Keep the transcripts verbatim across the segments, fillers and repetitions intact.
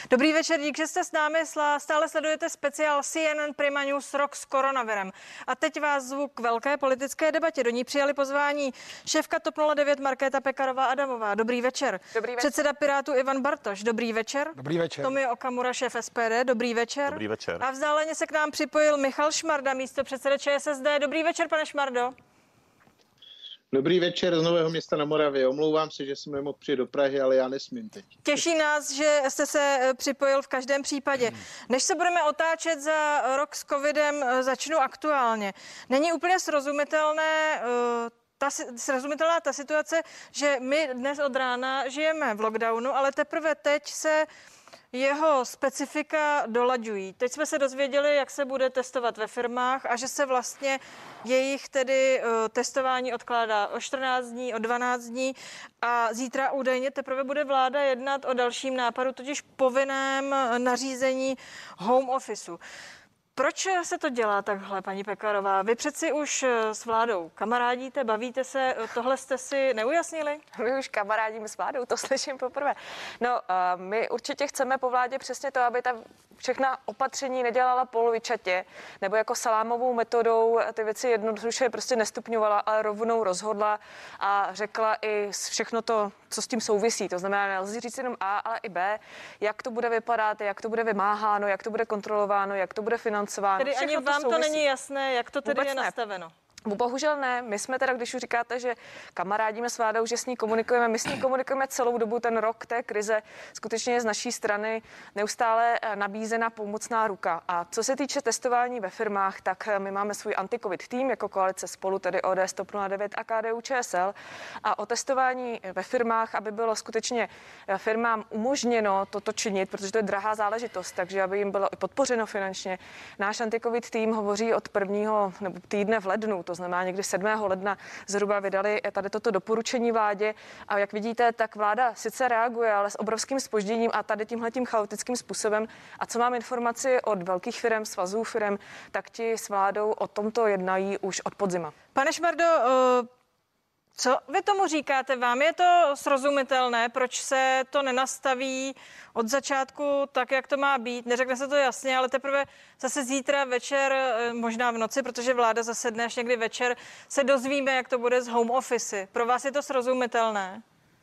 Dobrý večer, dík, že jste s námi. Stále sledujete speciál C N N Prima News Rok s koronavirem. A teď vás zvu k velké politické debatě. Do ní přijali pozvání šéfka TOP nula devět Markéta Pekarová Adamová. Dobrý večer. Dobrý večer. Předseda Pirátů Ivan Bartoš. Dobrý večer. Dobrý večer. Tomio Okamura, šéf S P D. Dobrý večer. Dobrý večer. A vzdáleně se k nám připojil Michal Šmarda, místo předseda Č S S D. Dobrý večer, pane Šmardo. Dobrý večer z Nového Města na Moravě. Omlouvám se, že jsem nemohl přijet do Prahy, ale já nesmím teď. Těší nás, že jste se připojil v každém případě. Než se budeme otáčet za rok s covidem, začnu aktuálně. Není úplně srozumitelné, ta, srozumitelná ta situace, že my dnes od rána žijeme v lockdownu, ale teprve teď se jeho specifika dolaďují. Teď jsme se dozvěděli, jak se bude testovat ve firmách a že se vlastně jejich tedy uh, testování odkládá o čtrnáct dní, o dvanáct dní a zítra údajně teprve bude vláda jednat o dalším nápadu, totiž povinném nařízení home officeu. Proč se to dělá takhle, paní Pekarová? Vy přeci už s vládou kamarádíte, bavíte se, tohle jste si neujasnili? My už kamarádíme s vládou, to slyším poprvé. No, uh, my určitě chceme po vládě přesně to, aby ta všechna opatření nedělala polovičatě, nebo jako salámovou metodou ty věci jednoduše prostě nestupňovala, ale rovnou rozhodla a řekla i všechno to, co s tím souvisí. To znamená, nelze říct jenom A, ale i B, jak to bude vypadat, jak to bude vymáháno, jak to bude kontrolováno, jak to bude financováno. Tedy ani vám to, to není jasné, jak to tedy Vůbec je ne. nastaveno. Bohužel ne. My jsme teda, když už říkáte, že kamarádíme s vládou, že s ní komunikujeme, my s ní komunikujeme celou dobu, ten rok té krize, skutečně z naší strany neustále nabízena pomocná ruka. A co se týče testování ve firmách, tak my máme svůj anti-covid tým jako koalice Spolu, tedy O D S, TOP nula devět a K D U Č S L. A o testování ve firmách, aby bylo skutečně firmám umožněno toto činit, protože to je drahá záležitost, takže aby jim bylo i podpořeno finančně. Náš anti-covid tým hovoří od prvního nebo týdne v lednu. To znamená, někdy sedmého ledna zhruba vydali tady toto doporučení vládě a jak vidíte, tak vláda sice reaguje, ale s obrovským zpožděním a tady tímhletím chaotickým způsobem. A co mám informaci od velkých firem, svazů firem, tak ti s vládou o tomto jednají už od podzima. Pane Šmardo, uh... co vy tomu říkáte? Vám je to srozumitelné? Proč se to nenastaví od začátku tak, jak to má být? Neřekne se to jasně, ale teprve zase zítra večer, možná v noci, protože vláda zasedne až někdy večer, se dozvíme, jak to bude s home office. Pro vás je to srozumitelné?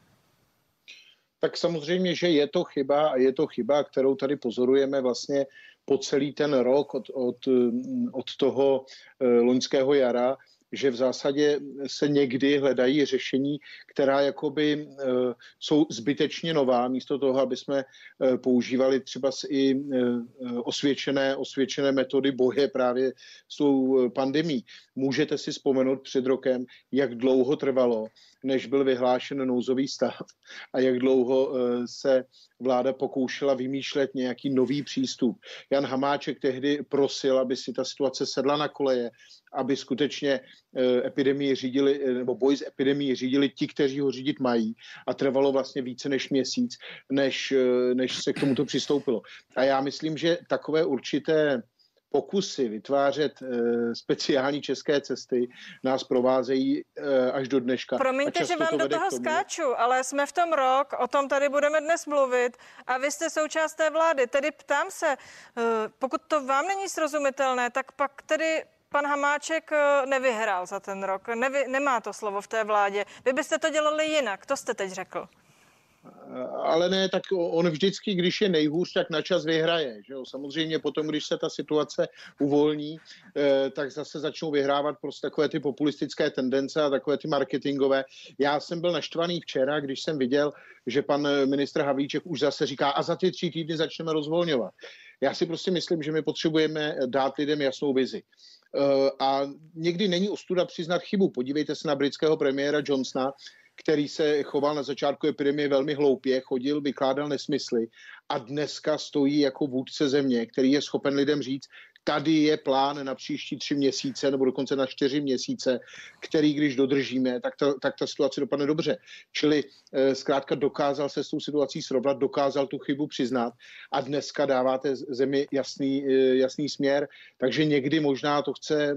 Tak samozřejmě, že je to chyba a je to chyba, kterou tady pozorujeme vlastně po celý ten rok od, od, od toho loňského jara, že v zásadě se někdy hledají řešení, která jakoby e, jsou zbytečně nová, místo toho, aby jsme e, používali třeba i e, osvědčené, osvědčené metody boje právě s tou pandemií. Můžete si vzpomenout před rokem, jak dlouho trvalo, než byl vyhlášen nouzový stav a jak dlouho e, se vláda pokoušela vymýšlet nějaký nový přístup. Jan Hamáček tehdy prosil, aby si ta situace sedla na koleje, aby skutečně epidemii řídili, nebo boj s epidemií řídili ti, kteří ho řídit mají. A trvalo vlastně více než měsíc, než, než se k tomuto přistoupilo. A já myslím, že takové určité pokusy vytvářet e, speciální české cesty nás provázejí e, až do dneška. Promiňte, že vám to do toho skáču, ale jsme v tom rok, o tom tady budeme dnes mluvit a vy jste součást té vlády. Tedy ptám se, e, pokud to vám není srozumitelné, tak pak tedy pan Hamáček nevyhrál za ten rok. Nevy, nemá to slovo v té vládě. Vy byste to dělali jinak, to jste teď řekl. Ale ne, tak on vždycky, když je nejhůř, tak na čas vyhraje. Že jo? Samozřejmě potom, když se ta situace uvolní, eh, tak zase začnou vyhrávat prostě takové ty populistické tendence a takové ty marketingové. Já jsem byl naštvaný včera, když jsem viděl, že pan ministr Havlíček už zase říká, a za ty tři týdny začneme rozvolňovat. Já si prostě myslím, že my potřebujeme dát lidem jasnou vizi. A někdy není ostuda přiznat chybu. Podívejte se na britského premiéra Johnsona, který se choval na začátku epidemie velmi hloupě, chodil, vykládal nesmysly a dneska stojí jako vůdce země, který je schopen lidem říct, tady je plán na příští tři měsíce nebo dokonce na čtyři měsíce, který když dodržíme, tak ta, tak ta situace dopadne dobře. Čili eh, zkrátka dokázal se s tou situací srovnat, dokázal tu chybu přiznat a dneska dáváte zemi jasný, eh, jasný směr, takže někdy možná to chce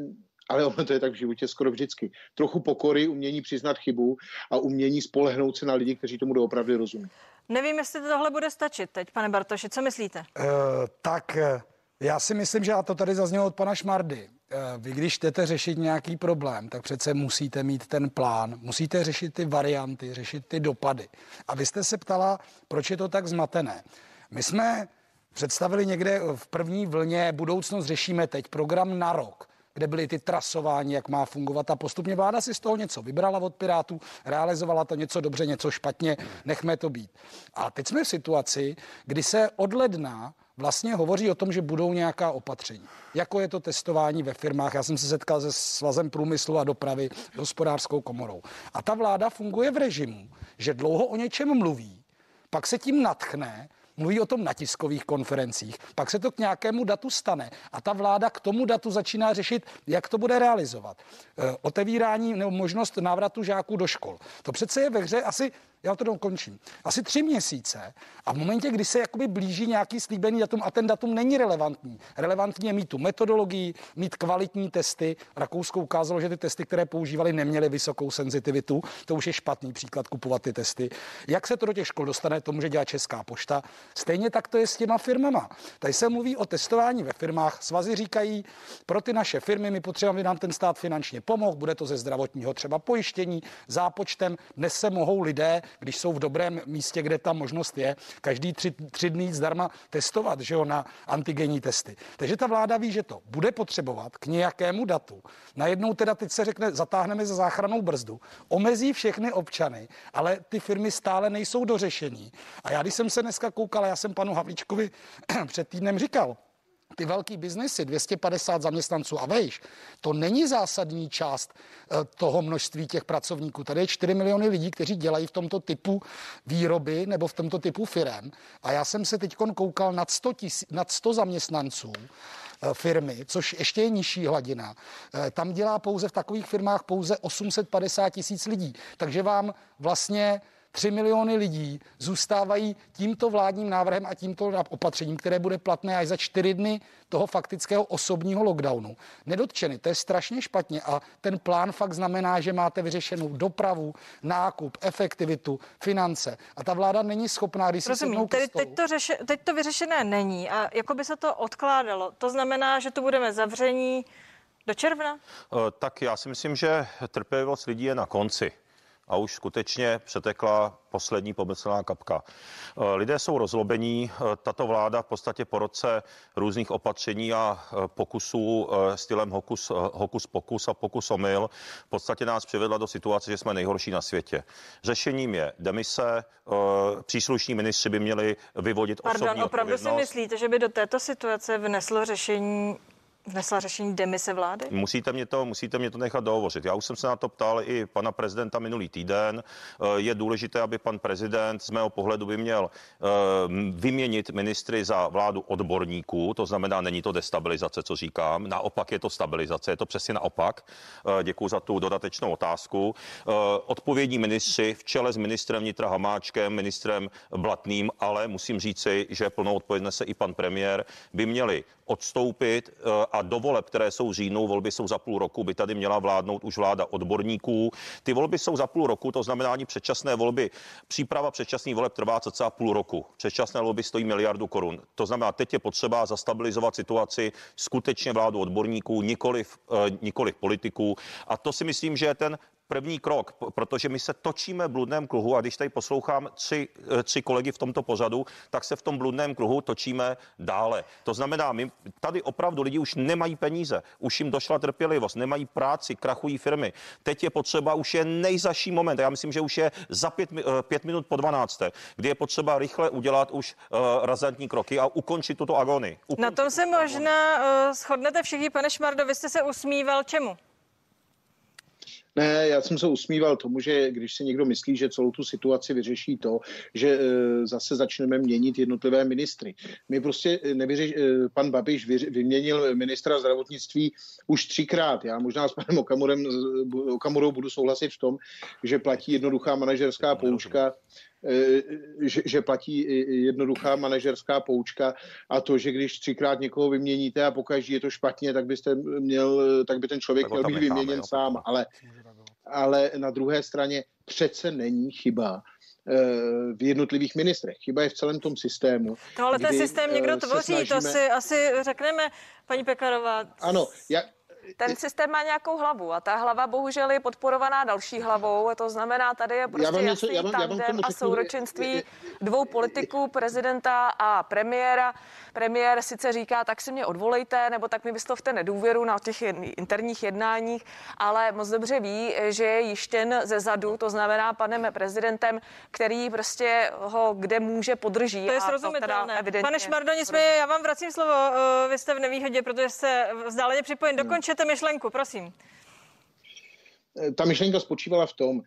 Ale ono to je tak v životě skoro vždycky. Trochu pokory, umění přiznat chybu a umění spolehnout se na lidi, kteří tomu doopravdy rozumí. Nevím, jestli tohle bude stačit teď, pane Bartoši, co myslíte? Uh, tak já si myslím, že a to tady zaznělo od pana Šmardy. Vy, když jdete řešit nějaký problém, tak přece musíte mít ten plán, musíte řešit ty varianty, řešit ty dopady. A vy jste se ptala, proč je to tak zmatené. My jsme představili někde v první vlně budoucnost řešíme teď, program na rok, kde byly ty trasování, jak má fungovat a postupně vláda si z toho něco vybrala od Pirátů, realizovala to něco dobře, něco špatně, nechme to být. A teď jsme v situaci, kdy se od ledna vlastně hovoří o tom, že budou nějaká opatření. Jako je to testování ve firmách. Já jsem se setkal se Svazem průmyslu a dopravy, hospodářskou komorou. A ta vláda funguje v režimu, že dlouho o něčem mluví, pak se tím natchne, mluví o tom na tiskových konferencích, pak se to k nějakému datu stane a ta vláda k tomu datu začíná řešit, jak to bude realizovat. E, otevírání nebo možnost návratu žáků do škol. To přece je ve hře asi, já to dokončím, asi tři měsíce a v momentě, kdy se jakoby blíží nějaký slíbený datum a ten datum není relevantní. Relevantní je mít tu metodologii, mít kvalitní testy. Rakousko ukázalo, že ty testy, které používali, neměly vysokou senzitivitu. To už je špatný příklad kupovat ty testy. Jak se to do těch škol dostane, to může dělat Česká pošta. Stejně tak to je s těma firmama. Tady se mluví o testování ve firmách. Svazy říkají, pro ty naše firmy my potřebujeme, aby nám ten stát finančně pomohl, bude to ze zdravotního třeba pojištění, zápočtem. Dnes se mohou lidé, když jsou v dobrém místě, kde ta možnost je, každý tři, tři dny zdarma testovat, že jo, na antigenní testy. Takže ta vláda ví, že to bude potřebovat k nějakému datu. Najednou teda teď se řekne, zatáhneme za záchrannou brzdu, omezí všechny občany, ale ty firmy stále nejsou dořešení. A já, když jsem se dneska koukal, já jsem panu Havlíčkovi před týdnem říkal, ty velký biznesy, dvě stě padesát zaměstnanců a vejš, to není zásadní část toho množství těch pracovníků. Tady je čtyři miliony lidí, kteří dělají v tomto typu výroby nebo v tomto typu firem. A já jsem se teď koukal nad sto, tisí, nad sto zaměstnanců firmy, což ještě je nižší hladina. Tam dělá pouze v takových firmách pouze osm set padesát tisíc lidí. Takže vám vlastně tři miliony lidí zůstávají tímto vládním návrhem a tímto opatřením, které bude platné až za čtyři dny toho faktického osobního lockdownu. Nedotčeny, to je strašně špatně a ten plán fakt znamená, že máte vyřešenou dopravu, nákup, efektivitu, finance a ta vláda není schopná, když si sednou ke stolu. Teď to, řeši, teď to vyřešené není a jako by se to odkládalo. To znamená, že tu budeme zavření do června? Tak já si myslím, že trpělivost lidí je na konci. A už skutečně přetekla poslední pomyslná kapka. Lidé jsou rozlobení, tato vláda v podstatě po roce různých opatření a pokusů stylem hokus, hokus pokus a pokus omyl v podstatě nás přivedla do situace, že jsme nejhorší na světě. Řešením je demise, příslušní ministři by měli vyvodit Pardon, osobní opravdu odpovědnost. si myslíte, že by do této situace vneslo řešení Vnesla řešení demise vlády? Musíte mě, to, musíte mě to nechat dohovořit. Já už jsem se na to ptal i pana prezidenta minulý týden. Je důležité, aby pan prezident z mého pohledu by měl vyměnit ministry za vládu odborníků. To znamená, není to destabilizace, co říkám. Naopak je to stabilizace. Je to přesně naopak. Děkuji za tu dodatečnou otázku. Odpovědní ministři v čele s ministrem vnitra Hamáčkem, ministrem Blatným, ale musím říci, že plnou odpovědnost se i pan premiér, by měli odstoupit a do voleb, které jsou v říjnu, volby jsou za půl roku, by tady měla vládnout už vláda odborníků. Ty volby jsou za půl roku, to znamená ani předčasné volby. Příprava předčasných voleb trvá cca půl roku. Předčasné volby stojí miliardu korun. To znamená, teď je potřeba zastabilizovat situaci skutečně vládu odborníků, nikoliv, nikoliv politiků. A to si myslím, že je ten první krok, protože my se točíme v bludném kruhu a když tady poslouchám tři, tři kolegy v tomto pořadu, tak se v tom bludném kruhu točíme dále. To znamená, my tady opravdu lidi už nemají peníze, už jim došla trpělivost, nemají práci, krachují firmy. Teď je potřeba, už je nejzaší moment, já myslím, že už je za pět, pět minut po dvanácté, kdy je potřeba rychle udělat už uh, razantní kroky a ukončit tuto agonii. Ukončit Na tom se možná uh, shodnete všichni, pane Šmardo, vy jste se usmíval čemu? Ne, já jsem se usmíval tomu, že když si někdo myslí, že celou tu situaci vyřeší to, že e, zase začneme měnit jednotlivé ministry. My prostě nevyřeš, e, pan Babiš vy, vyměnil ministra zdravotnictví už třikrát. Já možná s panem Okamurem, Okamurou budu souhlasit v tom, že platí jednoduchá manažerská poučka. že, že platí jednoduchá manažerská poučka a to, že když třikrát někoho vyměníte a pokaždé je to špatně, tak byste měl, tak by ten člověk tak měl být necháme, vyměněn jo, sám. Ale, ale na druhé straně přece není chyba v jednotlivých ministrech. Chyba je v celém tom systému. No ale ten systém někdo tvoří, snažíme... to si asi řekneme, paní Pekarová. Ano, já, ten systém má nějakou hlavu a ta hlava bohužel je podporovaná další hlavou. To znamená, tady je prostě něco, jasný já vám, já vám tandem a souročenství dvou politiků, prezidenta a premiéra. Premiér sice říká, tak si mě odvolejte, nebo tak mi vyslovte nedůvěru na těch interních jednáních, ale moc dobře ví, že je jištěn ze zadu, to znamená panem prezidentem, který prostě ho kde může podrží. To je srozumitelné. Pane Šmardo, nicméně já vám vracím slovo. Vy jste v nevýhodě, protože jste vzdáleně připojen. Dokončete myšlenku, prosím. Ta myšlenka spočívala v tom,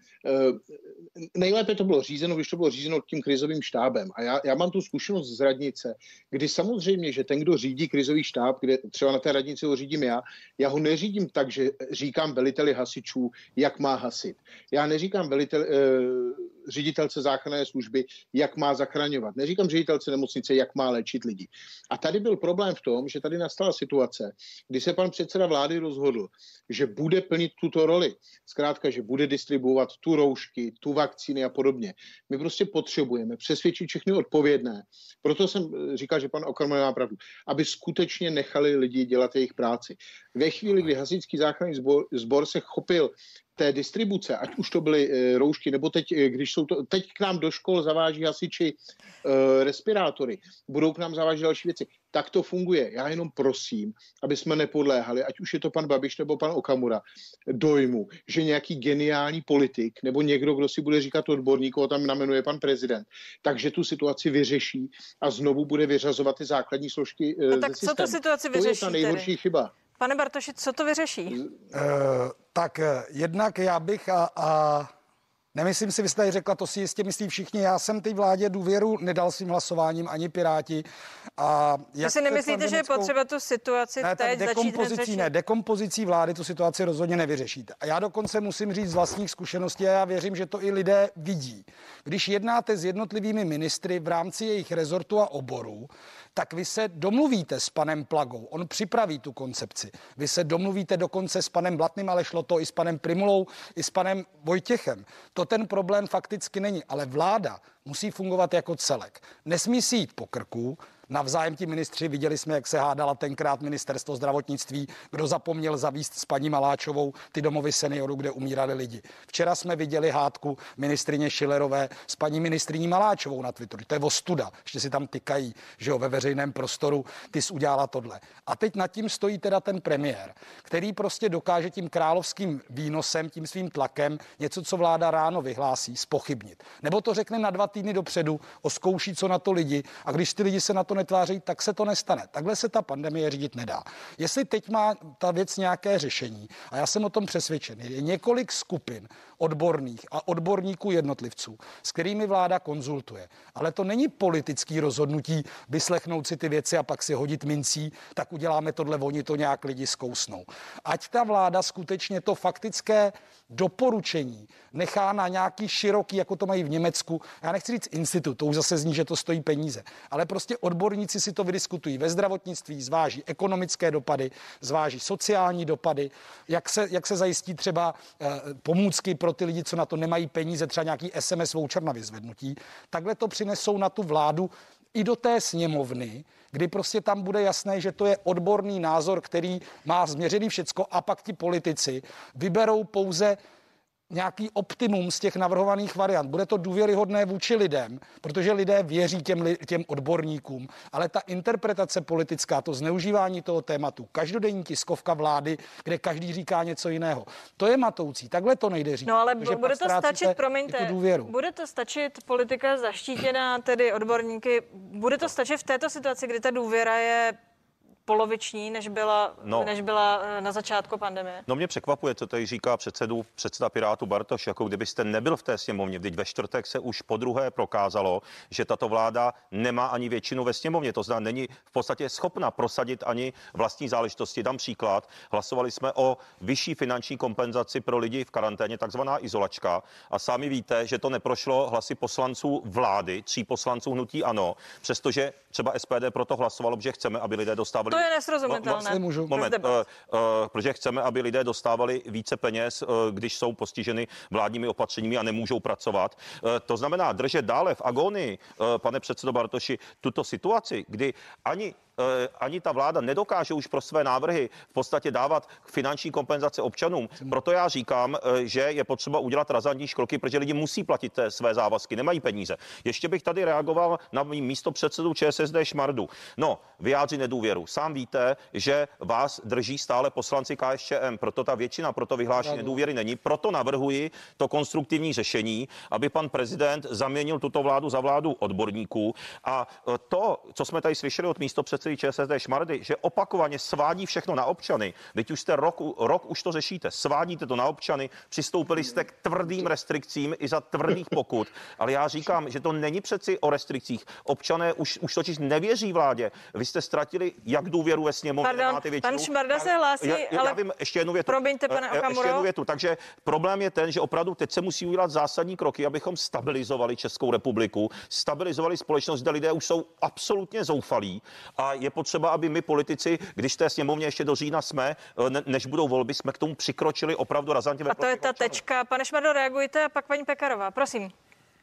nejlépe to bylo řízeno, když to bylo řízeno tím krizovým štábem. A já, já mám tu zkušenost z radnice, kdy samozřejmě, že ten, kdo řídí krizový štáb, kde třeba na té radnici ho řídím já, já ho neřídím tak, že říkám veliteli hasičů, jak má hasit. Já neříkám veliteli, eh, ředitelce záchranné služby, jak má zachraňovat. Neříkám ředitelce nemocnice, jak má léčit lidi. A tady byl problém v tom, že tady nastala situace, kdy se pan předseda vlády rozhodl, že bude plnit tuto roli. Zkrátka, že bude distribuovat tu roušky, tu vakcíny a podobně. My prostě potřebujeme přesvědčit všechny odpovědné. Proto jsem říkal, že pan Okamura má pravdu, aby skutečně nechali lidi dělat jejich práci. Ve chvíli, kdy hasičský záchranný sbor, sbor se chopil té distribuce, ať už to byly e, roušky, nebo teď, když jsou to, teď k nám do škol zaváží hasiči e, respirátory, budou k nám zavážet další věci. Tak to funguje. Já jenom prosím, aby jsme nepodléhali, ať už je to pan Babiš nebo pan Okamura, dojmu, že nějaký geniální politik nebo někdo, kdo si bude říkat odborník, ho tam namenuje pan prezident, takže tu situaci vyřeší a znovu bude vyřazovat ty základní složky e, no tak ze systému. Co tu situaci vyřeší? To je ta nejhorší tedy chyba. Pane Bartoši, co to vyřeší? Uh, tak jednak já bych a, a nemyslím si, vy jste tady řekla, to si jistě myslí všichni, já jsem té vládě důvěru nedal svým hlasováním, ani Piráti. A vy si nemyslíte, že je potřeba tu situaci ne, teď dekompozicí, ne, dekompozicí vlády tu situaci rozhodně nevyřešíte. A já dokonce musím říct z vlastních zkušeností a já věřím, že to i lidé vidí. Když jednáte s jednotlivými ministry v rámci jejich rezortu a oboru, tak vy se domluvíte s panem Plagou, on připraví tu koncepci. Vy se domluvíte dokonce s panem Blatným, ale šlo to i s panem Primulou, i s panem Vojtěchem. To ten problém fakticky není, ale vláda musí fungovat jako celek. Nesmí si jít po krku. Navzájem ti ministři, viděli jsme, jak se hádala tenkrát ministerstvo zdravotnictví, kdo zapomněl zavíst s paní Maláčovou ty domovy seniorů, kde umírali lidi. Včera jsme viděli hádku ministryně Schillerové s paní ministryní Maláčovou na Twitteru. To je ostuda. Ještě si tam tykají, že jo, ve veřejném prostoru ty jsi udělala tohle. A teď nad tím stojí teda ten premiér, který prostě dokáže tím královským výnosem, tím svým tlakem něco, co vláda ráno vyhlásí, zpochybnit. Nebo to řekne na dva týdny dopředu, oskouší, co na to lidi, a když ty lidi se na to netváří, tak se to nestane. Takhle se ta pandemie řídit nedá. Jestli teď má ta věc nějaké řešení, a já jsem o tom přesvědčen, je několik skupin odborných a odborníků jednotlivců, s kterými vláda konzultuje. Ale to není politický rozhodnutí vyslechnout si ty věci a pak si hodit mincí, tak uděláme tohle, oni to nějak lidi zkousnou. Ať ta vláda skutečně to faktické doporučení nechá na nějaký široký, jako to mají v Německu, já nechci říct institut, to už zase zní, že to stojí peníze, ale prostě odborníci si to vydiskutují ve zdravotnictví, zváží ekonomické dopady, zváží sociální dopady, jak se, jak se zajistí třeba eh, pomůcky pro ty lidi, co na to nemají peníze, třeba nějaký es em es voucher na vyzvednutí. Takhle to přinesou na tu vládu i do té sněmovny, kdy prostě tam bude jasné, že to je odborný názor, který má změřený všecko, a pak ti politici vyberou pouze nějaký optimum z těch navrhovaných variant. Bude to důvěryhodné vůči lidem, protože lidé věří těm, těm odborníkům, ale ta interpretace politická, to zneužívání toho tématu, každodenní tiskovka vlády, kde každý říká něco jiného, to je matoucí. Takhle to nejde říct. No ale bude to stačit, promiňte, jako důvěru. Bude to stačit politika zaštítěná tedy odborníky, bude to stačit v této situaci, kdy ta důvěra je poloviční, než byla, No. než byla na začátku pandemie? No mě překvapuje, co tady říká předsedu, předseda Pirátů Bartoš, jako kdybyste nebyl v té sněmovně. Vždyť ve čtvrtek se už podruhé prokázalo, že tato vláda nemá ani většinu ve sněmovně. To znamená, není v podstatě schopna prosadit ani vlastní záležitosti. Dám příklad. Hlasovali jsme o vyšší finanční kompenzaci pro lidi v karanténě, takzvaná izolačka. A sami víte, že to neprošlo hlasy poslanců vlády, tří poslanců hnutí ANO, přestože třeba S P D proto hlasovalo, že chceme, aby lidé dostávali. To je nesrozumitelné. Můžu? Moment, uh, uh, protože chceme, aby lidé dostávali více peněz, uh, když jsou postiženi vládními opatřeními a nemůžou pracovat. Uh, to znamená držet dále v agonii, uh, pane předsedo Bartoši, tuto situaci, kdy ani ani ta vláda nedokáže už pro své návrhy v podstatě dávat finanční kompenzace občanům. Proto já říkám, že je potřeba udělat razantní kroky, protože lidi musí platit své závazky, nemají peníze. Ještě bych tady reagoval na místo předsedu Č S S D Šmardu. No, vyjádří nedůvěru. Sám víte, že vás drží stále poslanci K S Č M, proto ta většina pro to vyhlášení nedůvěry není. Proto navrhuji to konstruktivní řešení, aby pan prezident zaměnil tuto vládu za vládu odborníků. A to, co jsme tady slyšeli od místo předsedy Č S S D Šmardy, že opakovaně svádí všechno na občany. Teď už jste rok, rok už to řešíte. Svádíte to na občany, přistoupili jste k tvrdým restrikcím i za tvrdých pokut. Ale já říkám, že to není přeci o restrikcích. Občané už, už totiž nevěří vládě. Vy jste ztratili jak důvěru ve sněmovnu, máte většinu. Pan Šmarda se hlásí, já, já, ale... Já vím, ještě jednu větu. Promiňte, pane Okamuro. Ještě jednu větu. Takže problém je ten, že opravdu teď se musí udělat zásadní kroky, abychom stabilizovali Českou republiku, stabilizovali společnost, kde lidé už jsou absolutně zoufalí a je potřeba, aby my politici, když té sněmovně ještě do října jsme, ne, než budou volby, jsme k tomu přikročili opravdu razantně. A to je ta občanů. Tečka. Pane Šmardo, reagujte a pak paní Pekarová, prosím.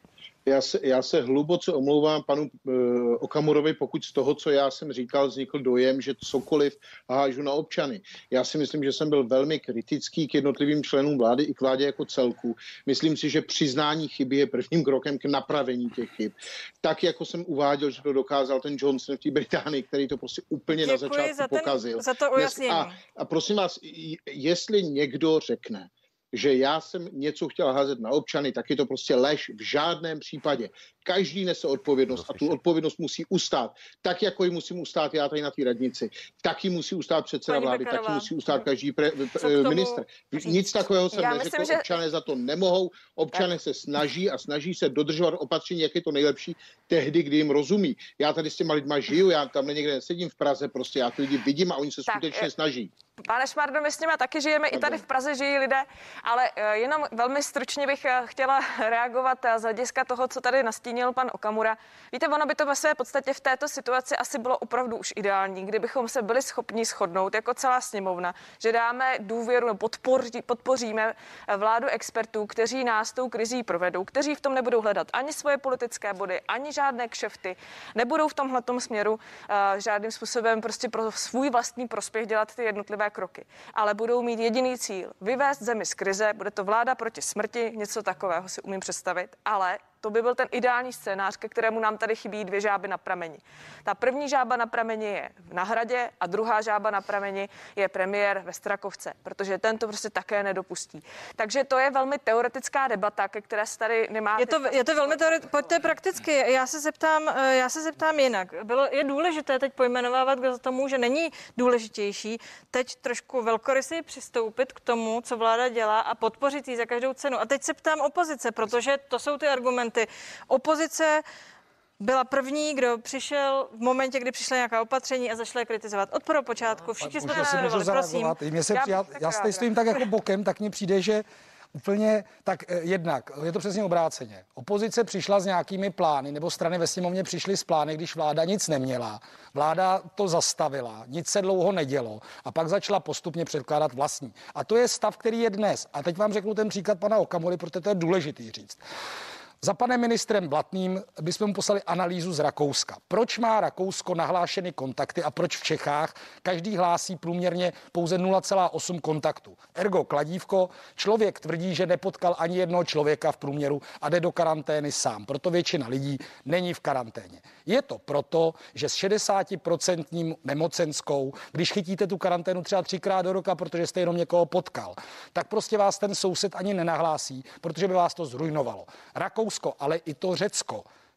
Já se, já se hluboce omlouvám panu e, Okamurovi, pokud z toho, co já jsem říkal, vznikl dojem, že cokoliv hážu na občany. Já si myslím, že jsem byl velmi kritický k jednotlivým členům vlády i k vládě jako celku. Myslím si, že přiznání chyby je prvním krokem k napravení těch chyb. Tak, jako jsem uváděl, že to dokázal ten Johnson v té Británii, který to prostě úplně Děkuji na začátku za ten, pokazil. za to ujasnění. A, a prosím vás, jestli někdo řekne, že já jsem něco chtěl házet na občany, tak je to prostě lež v žádném případě. Každý nese odpovědnost a tu odpovědnost musí ustát. Tak, jako ji musím ustát já tady na té radnici, taky musí ustát předseda Paní vlády, Pekarová. taky musí ustát každý pre, ministr. Nic takového jsem Já neřekl, myslím, že... občané za to nemohou, občané tak. se snaží a snaží se dodržovat opatření, jak je to nejlepší, tehdy, kdy jim rozumí. Já tady s těma lidma žiju, já tam někde nesedím v Praze, prostě já ty lidi vidím a oni se tak, skutečně snaží. Pane Šmardo, my s nimi taky žijeme, i tady v Praze žijí lidé, ale jenom velmi stručně bych chtěla reagovat z hlediska toho, co tady nastínil pan Okamura. Víte, ono by to ve své podstatě v této situaci asi bylo opravdu už ideální, kdybychom se byli schopni shodnout jako celá sněmovna, že dáme důvěru, podpoří, podpoříme vládu expertů, kteří nás tou krizí provedou, kteří v tom nebudou hledat ani svoje politické body, ani žádné kšefty, nebudou v tomhletom směru uh, žádným způsobem prostě pro svůj vlastní prospěch dělat ty jednotlivé kroky, ale budou mít jediný cíl: vyvést zemi z krize. Bude to vláda proti smrti, něco takového si umím představit, ale to by byl ten ideální scénář, ke kterému nám tady chybí dvě žáby na prameni. Ta první žába na prameni je na Hradě a druhá žába na prameni je premiér ve Strakovce, protože ten to prostě také nedopustí. Takže to je velmi teoretická debata, ke které se tady nemá. Je to, je to velmi teoretické, pojďte prakticky. Já se zeptám, já se zeptám jinak. Bylo, je důležité teď pojmenovávat k tomu, že není důležitější teď trošku velkorysy přistoupit k tomu, co vláda dělá a podpořit ji za každou cenu. A teď se ptám opozice, protože to jsou ty argumenty. Opozice byla první, kdo přišel v momentě, kdy přišla nějaká opatření a začala počátku. Od prvopočátku. Všichni jsme to sledovali, prosím. Mě se, já, já, já tady stojím tak jako bokem, tak mně přijde, že úplně tak eh, jednak, je to přesně obráceně. Opozice přišla s nějakými plány, nebo strany ve sněmovně přišly s plány, když vláda nic neměla. Vláda to zastavila, nic se dlouho nedělo a pak začala postupně předkládat vlastní. A to je stav, který je dnes. A teď vám řeknu ten příklad pana Okamury, protože to je důležitý říct. Za panem ministrem Blatným bychom mu poslali analýzu z Rakouska. Proč má Rakousko nahlášeny kontakty a proč v Čechách každý hlásí průměrně pouze nula celá osm kontaktů? Ergo kladívko, člověk tvrdí, že nepotkal ani jednoho člověka v průměru a jde do karantény sám. Proto většina lidí není v karanténě. Je to proto, že s šedesátiprocentním nemocenskou, když chytíte tu karanténu třeba třikrát do roka, protože jste jenom někoho potkal, tak prostě vás ten soused ani nenahlásí, protože by vás to zrujnovalo. Rakousko, ale i to Řecko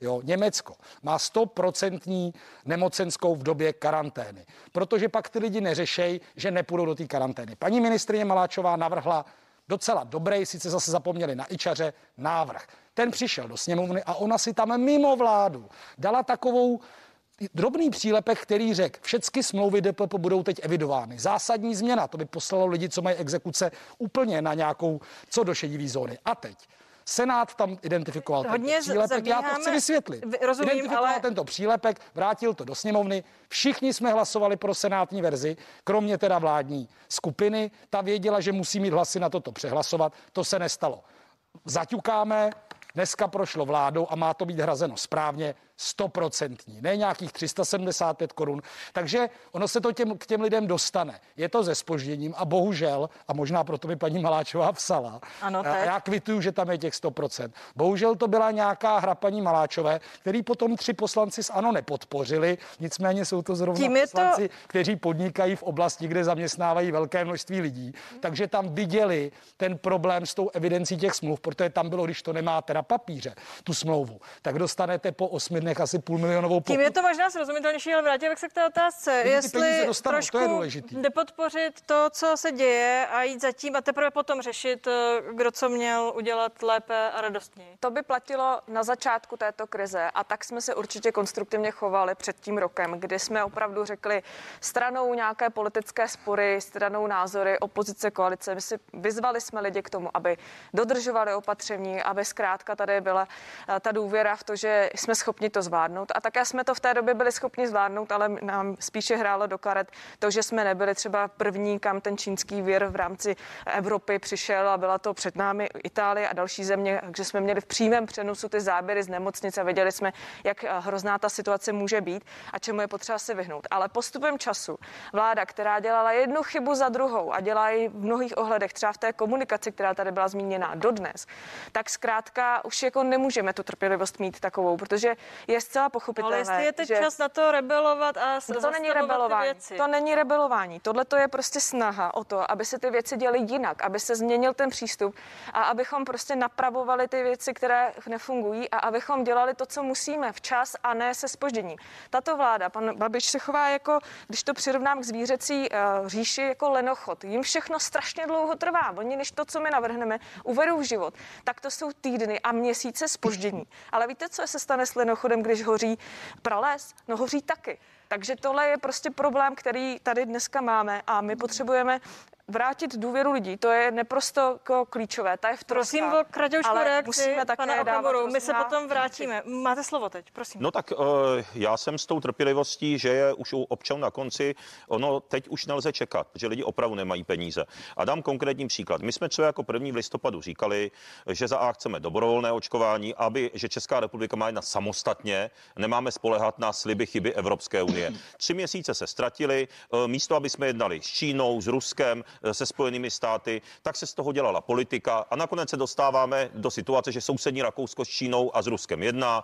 Jo, Německo má stoprocentní nemocenskou v době karantény, protože pak ty lidi neřešejí, že nepůjdou do té karantény. Paní ministryně Maláčová navrhla docela dobrý, sice zase zapomněli na ičaře, návrh. Ten přišel do sněmovny a ona si tam mimo vládu dala takovou drobný přílepek, který řekl, všechny smlouvy D P P budou teď evidovány. Zásadní změna, to by poslalo lidi, co mají exekuce, úplně na nějakou, co do šedivý zóny. A teď Senát tam identifikoval Hodně tento přílepek, zabíháme, já to chci vysvětlit. Rozumím, identifikoval ale... tento přílepek, vrátil to do sněmovny, všichni jsme hlasovali pro senátní verzi, kromě teda vládní skupiny, ta věděla, že musí mít hlasy na toto přehlasovat, to se nestalo. Zaťukáme, dneska prošlo vládou a má to být hrazeno správně, stoprocentní, ne nějakých tři sta sedmdesát pět korun. Takže ono se to těm, k těm lidem dostane. Je to se zpožděním a bohužel, a možná proto mi paní Maláčová psala, ano, a já kvituju, že tam je těch sto procent. Bohužel to byla nějaká hra paní Maláčové, který potom tři poslanci z ANO nepodpořili, nicméně jsou to zrovna Tím je poslanci, to... kteří podnikají v oblasti, kde zaměstnávají velké množství lidí, takže tam viděli ten problém s tou evidencí těch smluv, protože tam bylo, když to nemáte na papíře, tu smlouvu, tak dostanete po osmi dnech asi půl milionovou pokutu. Tím je to možná srozumitelnější, ale vrátila bych se k té otázce. Lidi Jestli dostanou, trošku to nepodpořit to, co se děje a jít za tím a teprve potom řešit, kdo co měl udělat lépe a radostněji. To by platilo na začátku této krize a tak jsme se určitě konstruktivně chovali před tím rokem, kdy jsme opravdu řekli stranou nějaké politické spory, stranou názory, opozice, koalice. My si vyzvali jsme lidi k tomu, aby dodržovali opatření, aby zkrátka tady byla ta důvěra v to, že jsme schopni to zvládnout. A také jsme to v té době byli schopni zvládnout, ale nám spíše hrálo do karet to, že jsme nebyli třeba první, kam ten čínský vir v rámci Evropy přišel a byla to před námi Itálie a další země, takže jsme měli v přímém přenosu ty záběry z nemocnice a věděli jsme, jak hrozná ta situace může být a čemu je potřeba si vyhnout. Ale postupem času vláda, která dělala jednu chybu za druhou a dělá ji v mnohých ohledech, třeba v té komunikaci, která tady byla zmíněna dodnes, tak zkrátka už jako nemůžeme tu trpělivost mít takovou, protože je zcela pochopitelné. Ale jestli je teď že... čas na to rebelovat a to není rebelování. To není rebelování. Tohle to je prostě snaha o to, aby se ty věci děly jinak, aby se změnil ten přístup a abychom prostě napravovali ty věci, které nefungují a abychom dělali to, co musíme včas a ne se zpožděním. Tato vláda, pan Babiš se chová jako, když to přirovnám k zvířecí uh, říši, jako lenochod. Jim všechno strašně dlouho trvá. Oni, než to, co my navrhneme, uvedou v život, tak to jsou týdny a měsíce zpoždění. Ale víte, co se stane s lenochodem, když hoří prales? No hoří taky. Takže tohle je prostě problém, který tady dneska máme a my potřebujeme vrátit důvěru lidí. To je naprosto klíčové. Ta je v Prosím o kratoučkou reakci, pana Okamuru. My se potom vrátíme. Máte slovo teď, prosím. No tak uh, já jsem s tou trpělivostí, že je už u občanů na konci, ono teď už nelze čekat, protože lidi opravdu nemají peníze. A dám konkrétní příklad. My jsme třeba jako první v listopadu říkali, že za A chceme dobrovolné očkování, aby, že Česká republika má jednat samostatně, nemáme spoléhat na sliby chyby Evropské unie. Tři měsíce se ztratili, místo aby jsme jednali s Čínou, s Ruskem, se Spojenými státy, tak se z toho dělala politika a nakonec se dostáváme do situace, že sousední Rakousko s Čínou a s Ruskem jedná,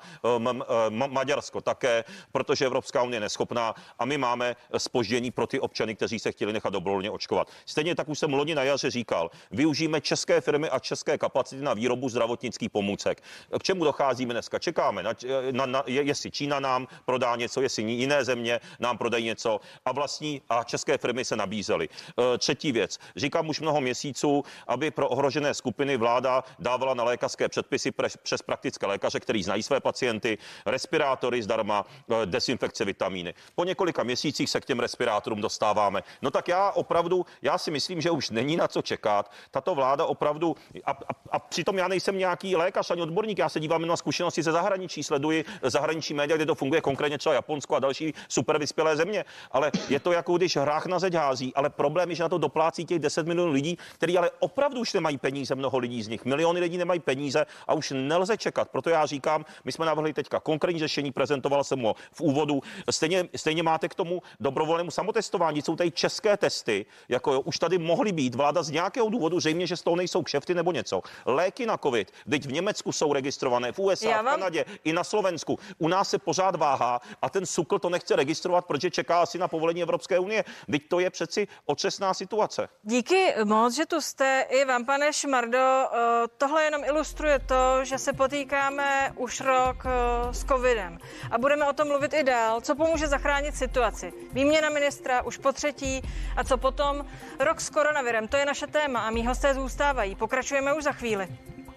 Maďarsko také, protože Evropská unie je neschopná a my máme zpoždění pro ty občany, kteří se chtěli nechat dobrovolně očkovat. Stejně tak už jsem loni na jaře říkal, využijeme české firmy a české kapacity na výrobu zdravotnických pomůcek. K čemu docházíme dneska? Čekáme, na, na, na, jestli Čína nám prodá něco, jestli jiné země nám prodají něco a vlastní a české firmy se nabízely. Třetí věc. Říkám už mnoho měsíců, aby pro ohrožené skupiny vláda dávala na lékařské předpisy přes praktické lékaře, který znají své pacienty, respirátory zdarma, dezinfekce, vitamíny. Po několika měsících se k těm respirátorům dostáváme. No tak já opravdu, já si myslím, že už není na co čekat. Tato vláda opravdu, a, a, a přitom já nejsem nějaký lékař ani odborník, já se dívám na zkušenosti ze zahraničí, sleduji zahraniční média, kde to funguje konkrétně třeba Japonsko a další super vyspělé země, ale je to jako když hrách na zeď hází, ale problém je, že na to doplácí těch deset milionů lidí, kteří ale opravdu už nemají peníze, mnoho lidí z nich. Miliony lidí nemají peníze a už nelze čekat. Proto já říkám, my jsme navrhli teďka konkrétní řešení, prezentoval jsem ho v úvodu. Stejně, stejně máte k tomu dobrovolnému samotestování. Jsou tady české testy, jako jo, už tady mohly být. Vláda z nějakého důvodu, zřejmě, že z toho nejsou kšefty nebo něco. Léky na covid, teď v Německu jsou registrované, v U S A, vám... v Kanadě i na Slovensku. U nás se pořád váhá a ten SÚKL to nechce registrovat, protože čeká asi na povolení Evropské unie. Teď to je přeci otřesná situace. komunikace. Díky moc, že tu jste. I vám, pane Šmardo, tohle jenom ilustruje to, že se potýkáme už rok s covidem. A budeme o tom mluvit i dál, co pomůže zachránit situaci. Výměna ministra už po třetí a co potom? Rok s koronavirem, to je naše téma a mí hosté zůstávají. Pokračujeme už za chvíli.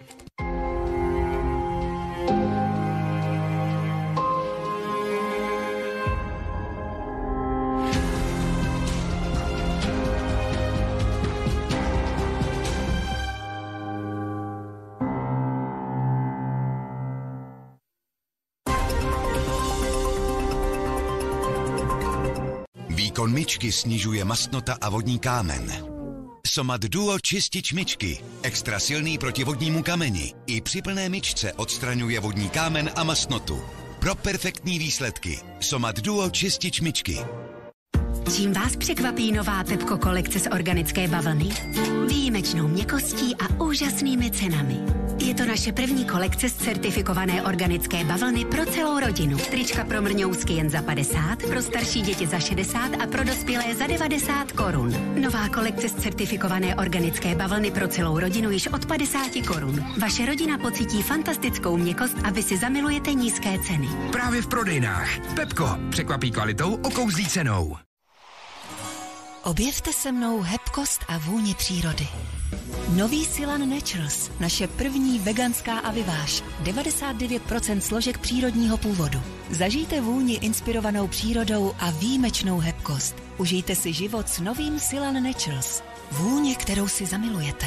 Výkon myčky snižuje mastnota a vodní kámen. Somat Duo čistič myčky. Extra silný proti vodnímu kameni. I při plné myčce odstraňuje vodní kámen a mastnotu. Pro perfektní výsledky. Somat Duo čistič myčky. Čím vás překvapí nová Pepko kolekce z organické bavlny? Výjimečnou měkkostí a úžasnými cenami. Je to naše první kolekce z certifikované organické bavlny pro celou rodinu. Trička pro mrňousky jen za padesát, pro starší děti za šedesát a pro dospělé za devadesát korun. Nová kolekce z certifikované organické bavlny pro celou rodinu již od padesát korun. Vaše rodina pocítí fantastickou měkkost a vy si zamilujete nízké ceny. Právě v prodejnách. Pepko překvapí kvalitou, okouzlí cenou. Objevte se mnou hebkost a vůni přírody. Nový Silan Naturals, naše první veganská aviváž. devadesát devět procent složek přírodního původu. Zažijte vůni inspirovanou přírodou a výjimečnou hebkost. Užijte si život s novým Silan Naturals. Vůně, kterou si zamilujete.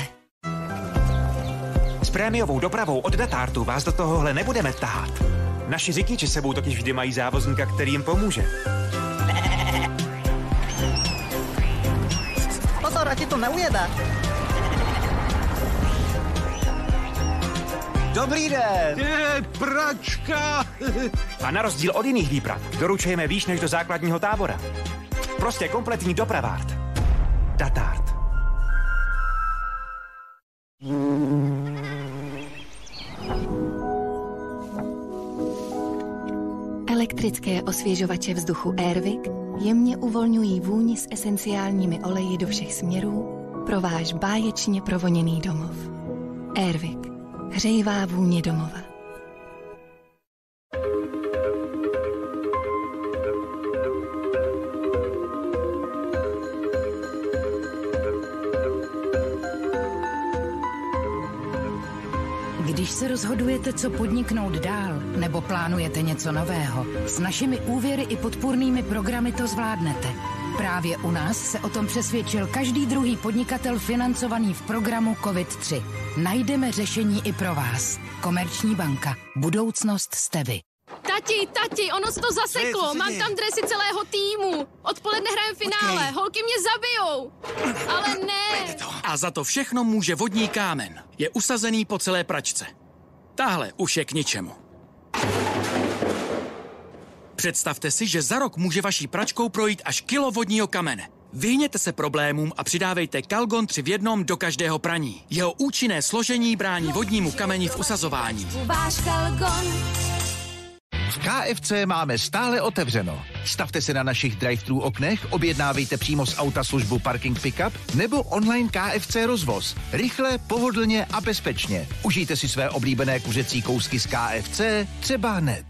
S prémiovou dopravou od Datartu vás do tohohle nebudeme tahat. Naši řidiči sebou totiž vždy mají závozníka, který jim pomůže. Pozor, ať ti to neujede. Dobrý den! Je, pračka! A na rozdíl od jiných výprav doručujeme výš než do základního tábora. Prostě kompletní dopravárt. Datart. Elektrické osvěžovače vzduchu Airwick jemně uvolňují vůni s esenciálními oleji do všech směrů pro váš báječně provoněný domov. Airwick. Hřejivá vůně domova. Když se rozhodujete, co podniknout dál, nebo plánujete něco nového, s našimi úvěry i podpůrnými programy to zvládnete. Právě u nás se o tom přesvědčil každý druhý podnikatel financovaný v programu COVID tři. Najdeme řešení i pro vás. Komerční banka. Budoucnost jste vy. Tati, tati, ono se to zaseklo. Hey, Mám tam dresy celého týmu. Odpoledne hrajeme finále. Okay. Holky mě zabijou. Ale ne. A za to všechno může vodní kámen. Je usazený po celé pračce. Tahle už je k ničemu. Představte si, že za rok může vaší pračkou projít až kilo vodního kamene. Vyhněte se problémům a přidávejte Calgon tři v jednom do každého praní. Jeho účinné složení brání vodnímu kameni v usazování. Váš Calgon. V K F C máme stále otevřeno. Stavte se na našich drive-thru oknech, objednávejte přímo z auta službu Parking Pickup nebo online K F C rozvoz. Rychle, pohodlně a bezpečně. Užijte si své oblíbené kuřecí kousky z K F C třeba hned.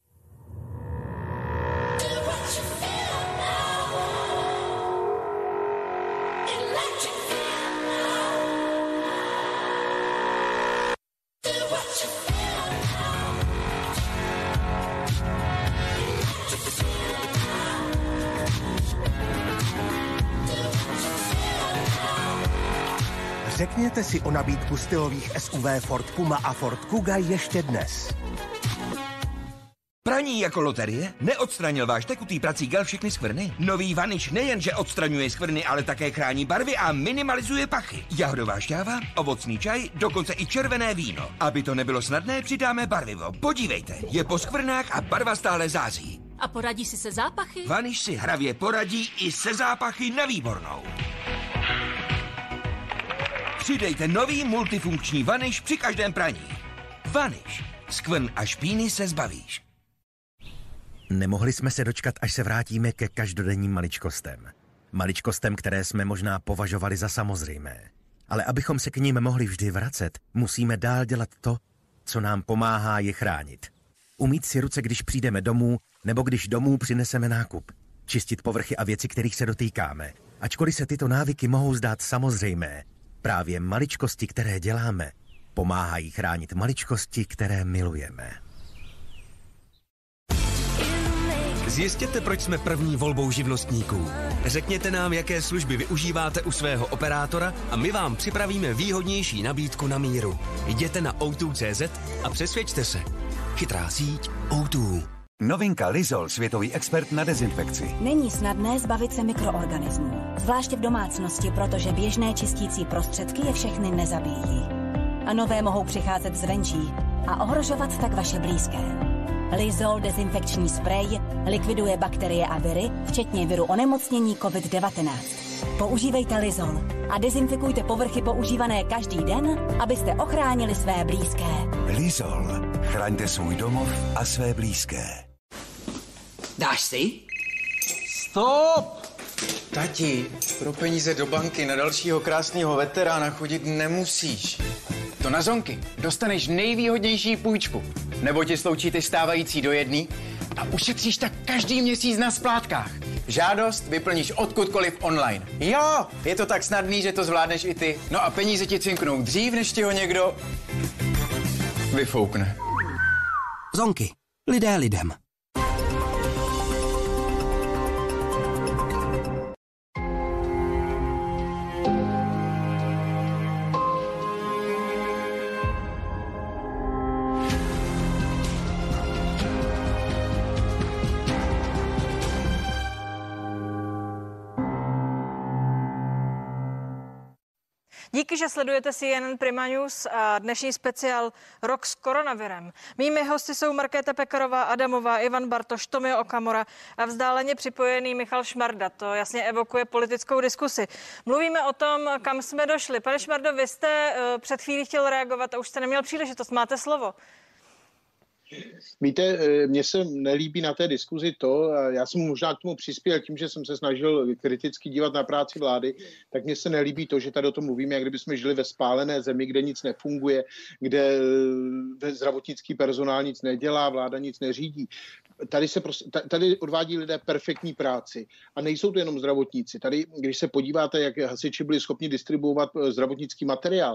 Řekněte si o nabídku stylových S U V Ford Puma a Ford Kuga ještě dnes. Praní jako loterie? Neodstranil váš tekutý prací gel všechny skvrny? Nový Vanish nejenže odstraňuje skvrny, ale také chrání barvy a minimalizuje pachy. Jahodová šťáva, ovocný čaj, dokonce i červené víno. Aby to nebylo snadné, přidáme barvivo. Podívejte, je po skvrnách a barva stále září. A poradí si se zápachy? Vanish si hravě poradí i se zápachy na výbornou. Přidejte nový multifunkční Vanish při každém praní. Vanish. Skvrn a špíny se zbavíš. Nemohli jsme se dočkat, až se vrátíme ke každodenním maličkostem. Maličkostem, které jsme možná považovali za samozřejmé. Ale abychom se k ním mohli vždy vracet, musíme dál dělat to, co nám pomáhá je chránit. Umýt si ruce, když přijdeme domů, nebo když domů přineseme nákup. Čistit povrchy a věci, kterých se dotýkáme. Ačkoliv se tyto návyky mohou zdát samozřejmé, právě maličkosti, které děláme, pomáhají chránit maličkosti, které milujeme. Zjistěte, proč jsme první volbou živnostníků. Řekněte nám, jaké služby využíváte u svého operátora a my vám připravíme výhodnější nabídku na míru. Jděte na o dva tečka cé zet a přesvědčte se. Chytrá síť O dva. Novinka Lizol, světový expert na dezinfekci. Není snadné zbavit se mikroorganismů. Zvláště v domácnosti, protože běžné čistící prostředky je všechny nezabíjí. A nové mohou přicházet zvenčí a ohrožovat tak vaše blízké. Lizol dezinfekční sprej likviduje bakterie a viry, včetně viru onemocnění covid devatenáct. Používejte Lizol a dezinfikujte povrchy používané každý den, abyste ochránili své blízké. Lizol. Chraňte svůj domov a své blízké. Dáš si? Stop! Tati, pro peníze do banky na dalšího krásného veterána chodit nemusíš. To na Zonky dostaneš nejvýhodnější půjčku. Nebo ti sloučí ty stávající do jedný a ušetříš tak každý měsíc na splátkách. Žádost vyplníš odkudkoliv online. Jo, je to tak snadný, že to zvládneš i ty. No a peníze ti cinknou dřív, než ti ho někdo vyfoukne. Zonky. Lidé lidem. Díky, že sledujete C N N Prima News a dnešní speciál Rok s koronavirem. Mými hosty jsou Markéta Pekarová Adamová, Ivan Bartoš, Tomio Okamura a vzdáleně připojený Michal Šmarda. To jasně evokuje politickou diskusi. Mluvíme o tom, kam jsme došli. Pane Šmardo, vy jste uh, před chvílí chtěl reagovat a už jste neměl příležitost. Máte slovo. Víte, mně se nelíbí na té diskuzi to, já jsem možná k tomu přispěl tím, že jsem se snažil kriticky dívat na práci vlády, tak mně se nelíbí to, že tady o tom mluvíme, jak kdyby jsme žili ve spálené zemi, kde nic nefunguje, kde zdravotnický personál nic nedělá, vláda nic neřídí. Tady se prostě, tady odvádí lidé perfektní práci a nejsou to jenom zdravotníci. Tady, když se podíváte, jak hasiči byli schopni distribuovat zdravotnický materiál,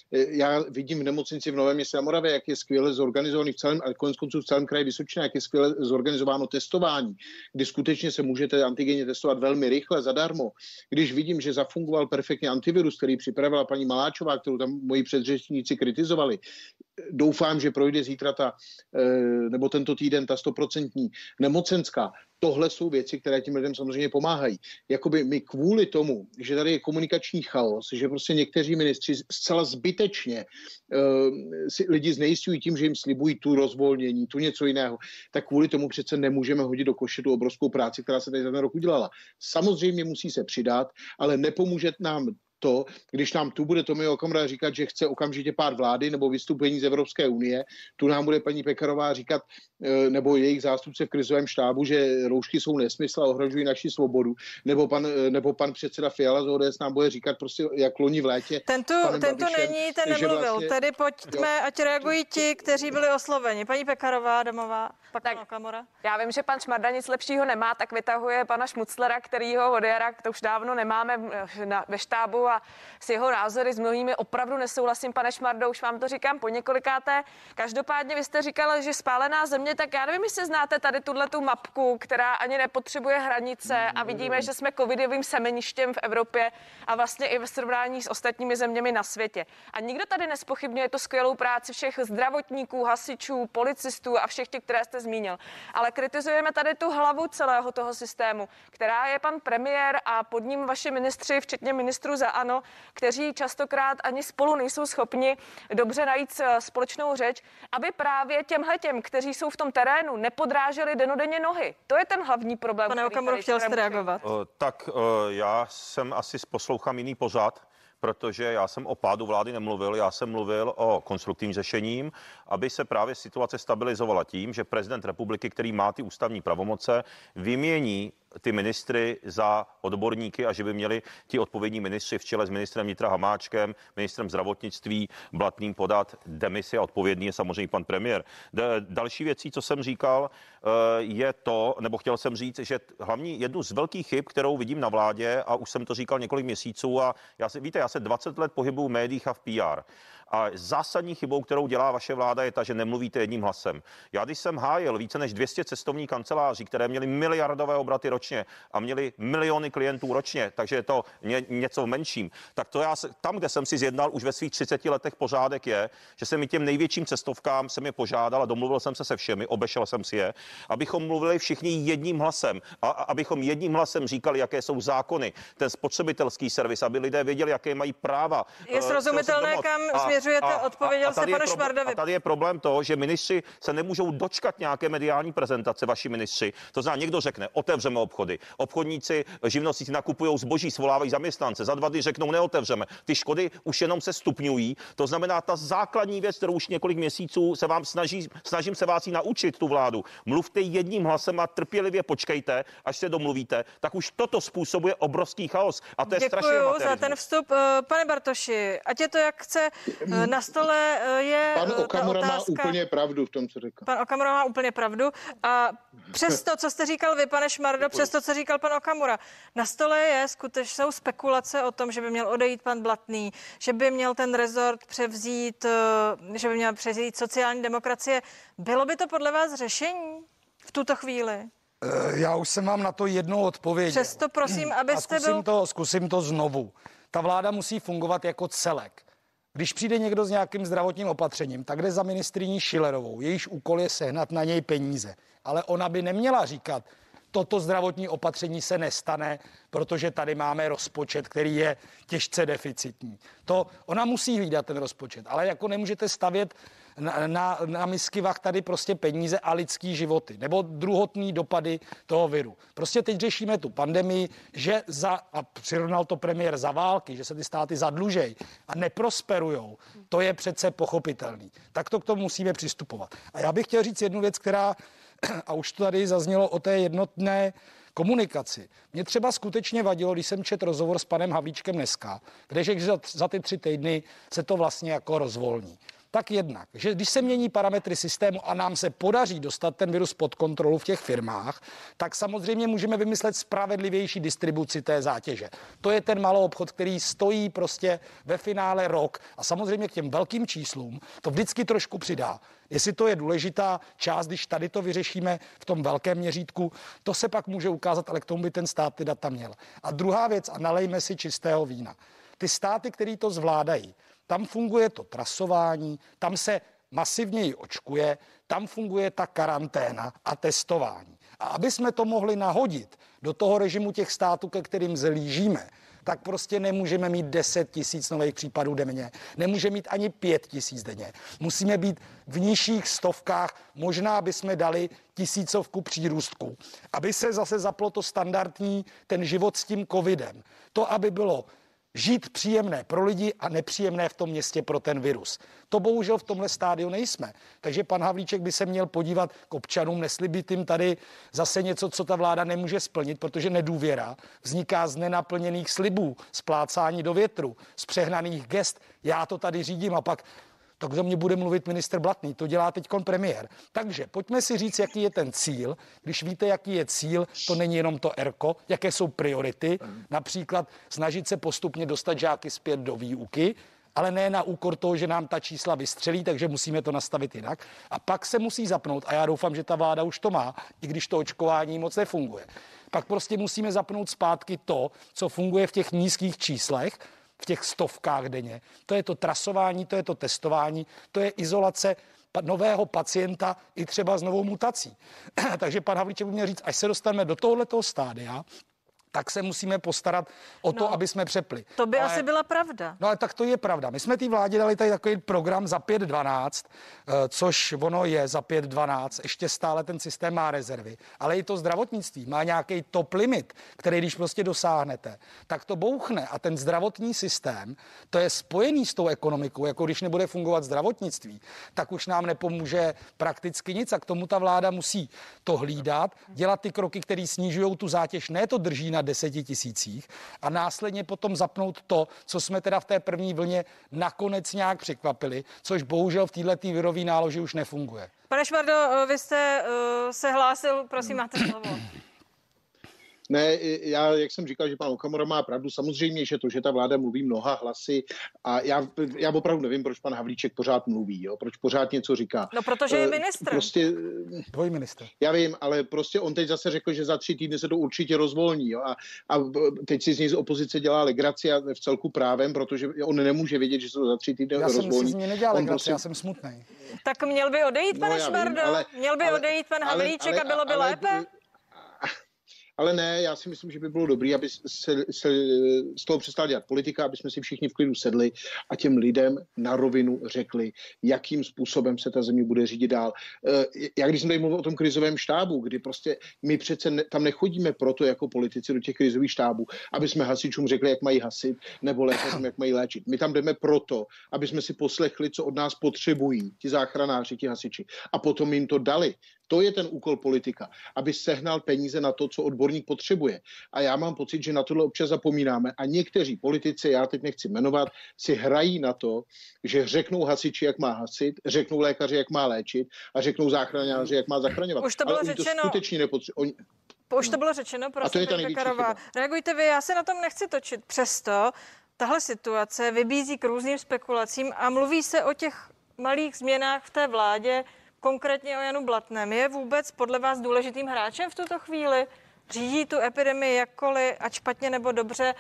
já vidím v nemocnici v Novém Městě na Moravě, jak je skvěle zorganizovaný v celém, ale konec konců v celém kraji Vysočina, jak je skvěle zorganizováno testování, kdy skutečně se můžete antigenně testovat velmi rychle, zadarmo. Když vidím, že zafungoval perfektně antivirus, který připravila paní Maláčová, kterou tam moji předřečníci kritizovali, doufám, že projde zítra ta, nebo tento týden ta stoprocentní nemocenská. Tohle jsou věci, které tím lidem samozřejmě pomáhají. Jakoby my kvůli tomu, že tady je komunikační chaos, že prostě někteří ministři zcela zbytečně uh, si lidi znejistují tím, že jim slibují tu rozvolnění, tu něco jiného, tak kvůli tomu přece nemůžeme hodit do koše tu obrovskou práci, která se tady za ten rok udělala. Samozřejmě musí se přidat, ale nepomůže nám to, když nám tu bude Tomio Okamura říkat, že chce okamžitě pád vlády nebo vystoupení z Evropské unie, tu nám bude paní Pekarová říkat, nebo jejich zástupce v krizovém štábu, že roušky jsou nesmysl a ohrožují naši svobodu, nebo pan, nebo pan předseda Fiala z O D S nám bude říkat prostě jak loni v létě. Tento, tento není, ten nemluvil, vlastně, tedy pojďme, jo. Ať reagují ti, kteří byli osloveni. Paní Pekarová, Adamová, pak pan Okamura. Já vím, že pan Šmarda nic lepšího nemá, tak vytahuje pana Šmuclera, kterýho od jara, to už dávno nemáme na, ve štábu a s jeho názory s mnohými opravdu nesouhlasím, pane Šmardo, už vám to říkám po několikáté. Každopádně vy jste říkal, že spálená země, tak já nevím, jestli znáte tady tuhletu mapku, která ani nepotřebuje hranice a vidíme, že jsme covidovým semeništěm v Evropě a vlastně i ve srovnání s ostatními zeměmi na světě. A nikdo tady nespochybňuje tu skvělou práci všech zdravotníků, hasičů, policistů a všech těch, které jste zmínil. Ale kritizujeme tady tu hlavu celého toho systému, která je pan premiér a pod ním vaši ministři, včetně ministrů za ANO, kteří častokrát ani spolu nejsou schopni dobře najít společnou řeč, aby právě těmhletěm, kteří jsou v tom terénu, nepodráželi denodenně nohy. To je ten hlavní problém. Pane Okamuro, chtěl jste reagovat? Uh, tak uh, já jsem asi poslouchám jiný pořad, protože já jsem o pádu vlády nemluvil, já jsem mluvil o konstruktivním řešením, aby se právě situace stabilizovala tím, že prezident republiky, který má ty ústavní pravomoce, vymění ty ministry za odborníky a že by měli ti odpovědní ministři v čele s ministrem vnitra Hamáčkem, ministrem zdravotnictví Blatným podat demisi a odpovědný je samozřejmě pan premiér. Další věcí, co jsem říkal, je to, nebo chtěl jsem říct, že hlavní jednu z velkých chyb, kterou vidím na vládě, a už jsem to říkal několik měsíců, a já se, víte, já se dvacet let pohybuju v médiích a v P R. A zásadní chybou, kterou dělá vaše vláda, je ta, že nemluvíte jedním hlasem. Já když jsem hájil více než dvě stě cestovních kanceláří, které měly miliardové obraty ročně a měly miliony klientů ročně, takže je to ně, něco v menším, tak to já se, tam, kde jsem si zjednal už ve svých třiceti letech pořádek, je, že jsem i těm největším cestovkám jsem je požádal a domluvil jsem se se všemi, obešel jsem si je, abychom mluvili všichni jedním hlasem a, a abychom jedním hlasem říkali, jaké jsou zákony, ten spotřebitelský servis, aby lidé věděli, jaké mají práva. Je srozumitelné, kam směřujete, odpověděl se panu Šmardovi. A tady je problém to, že ministři se nemůžou dočkat nějaké mediální prezentace, vaši ministři. To znamená, někdo řekne, otevřeme obchody. Obchodníci, živnostníci nakupují zboží, svolávají zaměstnance. Za dva dny řeknou, neotevřeme. Ty škody už jenom se stupňují. To znamená, ta základní věc, kterou už několik měsíců se vám snaží, snažím se vás jí naučit, tu vládu. Mluvte jedním hlasem a trpělivě počkejte, až se domluvíte. Tak už toto způsobuje obrovský chaos. A to je strašně Děkuju za ten vstup. Pane Bartoši, ať je to jak chce, na stole je Pan Okamura otázka... má úplně pravdu v tom, co řekl. Pan Okamura má úplně pravdu. A přes to, co jste říkal vy, pane Šmardo, přes to, co říkal pan Okamura, na stole je skutečně jsou spekulace o tom, že by měl odejít pan Blatný, že by měl ten rezort převzít, že by měl převzít sociální demokracie. Bylo by to podle vás řešení v tuto chvíli? Já už jsem vám na to jednou odpověděl. Přesto prosím, abyste A zkusím byl... to, zkusím to znovu. Ta vláda musí fungovat jako celek. Když přijde někdo s nějakým zdravotním opatřením, tak jde za ministryní Schillerovou. Jejíž úkol je sehnat na něj peníze. Ale ona by neměla říkat, toto zdravotní opatření se nestane, protože tady máme rozpočet, který je těžce deficitní. To ona musí hlídat ten rozpočet, ale jako nemůžete stavět na, na, na misky vah tady prostě peníze a lidský životy, nebo druhotný dopady toho viru. Prostě teď řešíme tu pandemii, že za, a přirovnal to premiér za války, že se ty státy zadlužej a neprosperujou. To je přece pochopitelný. Tak to k tomu musíme přistupovat. A já bych chtěl říct jednu věc, která, a už to tady zaznělo o té jednotné komunikaci. Mě třeba skutečně vadilo, když jsem četl rozhovor s panem Havlíčkem dneska, kde řekl, že za, za ty tři týdny se to vlastně jako rozvolní. Tak jednak, že když se mění parametry systému a nám se podaří dostat ten virus pod kontrolu v těch firmách, tak samozřejmě můžeme vymyslet spravedlivější distribuci té zátěže. To je ten malý obchod, který stojí prostě ve finále rok a samozřejmě k těm velkým číslům to vždycky trošku přidá. Jestli to je důležitá část, když tady to vyřešíme v tom velkém měřítku, to se pak může ukázat, ale k tomu by ten stát ty data měl. A druhá věc, a nalejme si čistého vína. Ty státy, které to zvládají, tam funguje to trasování, tam se masivněji očkuje, tam funguje ta karanténa a testování. A aby jsme to mohli nahodit do toho režimu těch států, ke kterým zlížíme, tak prostě nemůžeme mít deset tisíc nových případů denně, nemůžeme mít ani pět tisíc denně. Musíme být v nižších stovkách, možná bychom dali tisícovku přírůstku, aby se zase zaplo to standardní, ten život s tím covidem. To, aby bylo žít příjemné pro lidi a nepříjemné v tom městě pro ten virus. To bohužel v tomhle stádiu nejsme. Takže pan Havlíček by se měl podívat k občanům, neslibit jim tady zase něco, co ta vláda nemůže splnit, protože nedůvěra vzniká z nenaplněných slibů, splácání do větru, z přehnaných gest. Já to tady řídím a pak tak za mě bude mluvit ministr Blatný, to dělá teďkon premiér. Takže pojďme si říct, jaký je ten cíl. Když víte, jaký je cíl, to není jenom to erko, jaké jsou priority, například snažit se postupně dostat žáky zpět do výuky, ale ne na úkor toho, že nám ta čísla vystřelí, takže musíme to nastavit jinak. A pak se musí zapnout, a já doufám, že ta vláda už to má, i když to očkování moc nefunguje. Pak prostě musíme zapnout zpátky to, co funguje v těch nízkých číslech, v těch stovkách denně. To je to trasování, to je to testování, to je izolace nového pacienta i třeba s novou mutací. Takže pan Havlíček by měl říct, až se dostaneme do tohoto stádia, tak se musíme postarat o to, No, aby jsme přepli. To by ale, asi byla pravda. No ale tak to je pravda. My jsme té vládě dali tady takový program za pět dvanáct, což ono je za pět dvanáct, ještě stále ten systém má rezervy, ale i to zdravotnictví má nějaký top limit, který když prostě dosáhnete, tak to bouchne a ten zdravotní systém, to je spojený s tou ekonomikou, jako když nebude fungovat zdravotnictví, tak už nám nepomůže prakticky nic a k tomu ta vláda musí to hlídat, dělat ty kroky, které snižují tu zátěž, ne to drží na deseti tisících a následně potom zapnout to, co jsme teda v té první vlně nakonec nějak překvapili, což bohužel v této virové náloži už nefunguje. Pane Šmardo, vy jste uh, se hlásil, prosím, máte slovo. Ne, já, jak jsem říkal, že pan Okamura má pravdu, samozřejmě, že to, že ta vláda mluví mnoha hlasy a já, já opravdu nevím, proč pan Havlíček pořád mluví, jo, proč pořád něco říká. No, protože je ministr. Prostě, dvojministr. Já vím, ale prostě on teď zase řekl, že za tři týdny se to určitě rozvolní, jo, a, a teď si z něj z opozice dělá legraci a v celku právem, protože on nemůže vědět, že se to za tři týdny já rozvolní. Já jsem si z něj nedělal legraci, prostě... já jsem smutnej. Tak měl by odejít, pane no, Šmardo? Vím, ale, měl by ale, odejít pan Havlíček ale, a bylo by ale, lépe? Ale ne, já si myslím, že by bylo dobré, aby se, se z toho přestala dělat politika, aby jsme si všichni v klidu sedli a těm lidem na rovinu řekli, jakým způsobem se ta země bude řídit dál. Já když jsem tady mluvil o tom krizovém štábu, kdy prostě my přece ne, tam nechodíme proto jako politici do těch krizových štábů, aby jsme hasičům řekli, jak mají hasit, nebo lékařům, jak mají léčit. My tam jdeme proto, aby jsme si poslechli, co od nás potřebují ti záchranáři, ti hasiči, a potom jim to dali. To je ten úkol politika, aby sehnal peníze na to, co odborník potřebuje. A já mám pocit, že na tohle občas zapomínáme a někteří politici, já teď nechci jmenovat, si hrají na to, že řeknou hasiči, jak má hasit, řeknou lékaři, jak má léčit a řeknou záchranáři, jak má zachraňovat. Už to bylo Ale řečeno. To skutečně nepotřebují. Oni... Už to bylo řečeno, prosím, a to je ta největší chyba. Reagujte vy, já se na tom nechci točit. Přesto tahle situace vybízí k různým spekulacím a mluví se o těch malých změnách v té vládě, konkrétně o Janu Blatném. Je vůbec podle vás důležitým hráčem v tuto chvíli? Řídí tu epidemii jakkoliv, ať špatně nebo dobře?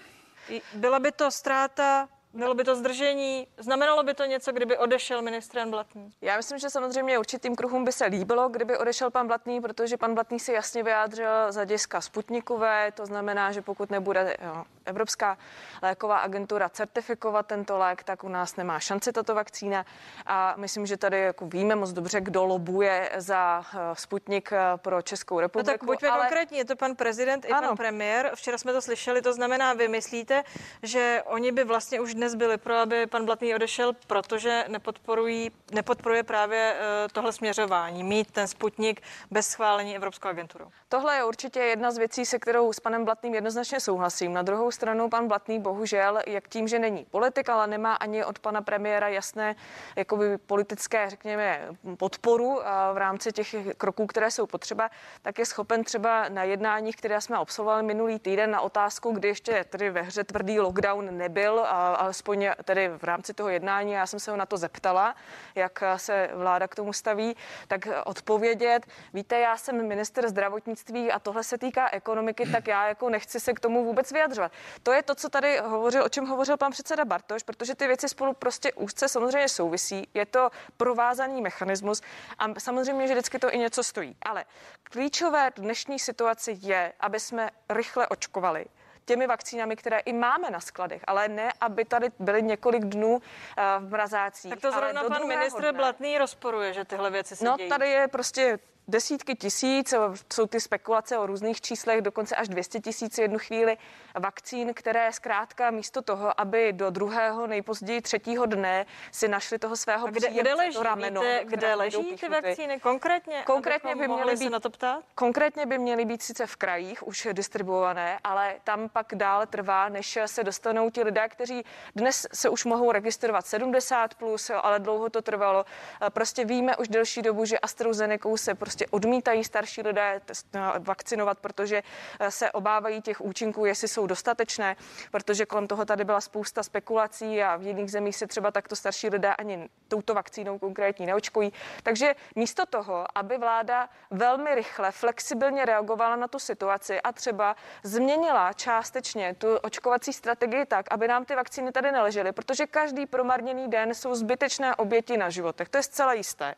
Byla by to ztráta? Bylo by to zdržení? Znamenalo by to něco, kdyby odešel ministr Jan Blatný? Já myslím, že samozřejmě určitým kruhům by se líbilo, kdyby odešel pan Blatný, protože pan Blatný si jasně vyjádřil z hlediska Sputnikové, to znamená, že pokud nebude jo, Evropská léková agentura certifikovat tento lék, tak u nás nemá šanci tato vakcína. A myslím, že tady jako víme moc dobře, kdo lobuje za Sputnik pro Českou republiku. No tak buďme ale... konkrétní, je to pan prezident i ano. pan premiér. Včera jsme to slyšeli, to znamená, vy myslíte, že oni by vlastně už dnes byli pro, aby pan Blatný odešel, protože nepodporují, nepodporuje právě uh, tohle směřování, mít ten Sputnik bez schválení Evropskou agenturou. Tohle je určitě jedna z věcí, se kterou s panem Blatným jednoznačně souhlasím. Na druhou stranu pan Blatný bohužel, jak tím, že není politik, ale nemá ani od pana premiéra jasné jakoby politické, řekněme, podporu v rámci těch kroků, které jsou potřeba, tak je schopen třeba na jednáních, které jsme absolvovali minulý týden na otázku, kdy ještě tedy ve hře tvrdý lockdown nebyl, alespoň tedy v rámci toho jednání, já jsem se ho na to zeptala, jak se vláda k tomu staví, tak odpovědět, víte, já jsem ministr zdravotnictví a tohle se týká ekonomiky, tak já jako nechci se k tomu vůbec vyjadřovat. To je to, co tady hovořil, o čem hovořil pan předseda Bartoš, protože ty věci spolu prostě úzce samozřejmě souvisí. Je to provázaný mechanismus a samozřejmě, že vždycky to i něco stojí. Ale klíčové v dnešní situaci je, aby jsme rychle očkovali těmi vakcínami, které i máme na skladech, ale ne, aby tady byly několik dnů uh, v mrazácích. Tak to zrovna pan ministr dne. Blatný rozporuje, že tyhle věci se no, dějí. No tady je prostě desítky tisíc, jsou ty spekulace o různých číslech, dokonce až dvě stě tisíc jednu chvíli vakcín, které zkrátka místo toho, aby do druhého, nejpozději třetího dne si našli toho svého kde, příjemce, kde leží, to rameno. Víte, kde leží ty vakcíny konkrétně? Konkrétně by měly být, se na to ptát? Konkrétně by měly být sice v krajích už distribuované, ale tam pak dále trvá, než se dostanou ti lidé, kteří dnes se už mohou registrovat sedmdesát plus, ale dlouho to trvalo. Prostě víme už delší dobu, že AstraZenecou se prostě odmítají starší lidé vakcinovat, protože se obávají těch účinků, jestli jsou dostatečné, protože kolem toho tady byla spousta spekulací a v jiných zemích se třeba takto starší lidé ani touto vakcínou konkrétní neočkují. Takže místo toho, aby vláda velmi rychle, flexibilně reagovala na tu situaci a třeba změnila částečně tu očkovací strategii tak, aby nám ty vakcíny tady neležely, protože každý promarněný den jsou zbytečné oběti na životech. To je zcela jisté.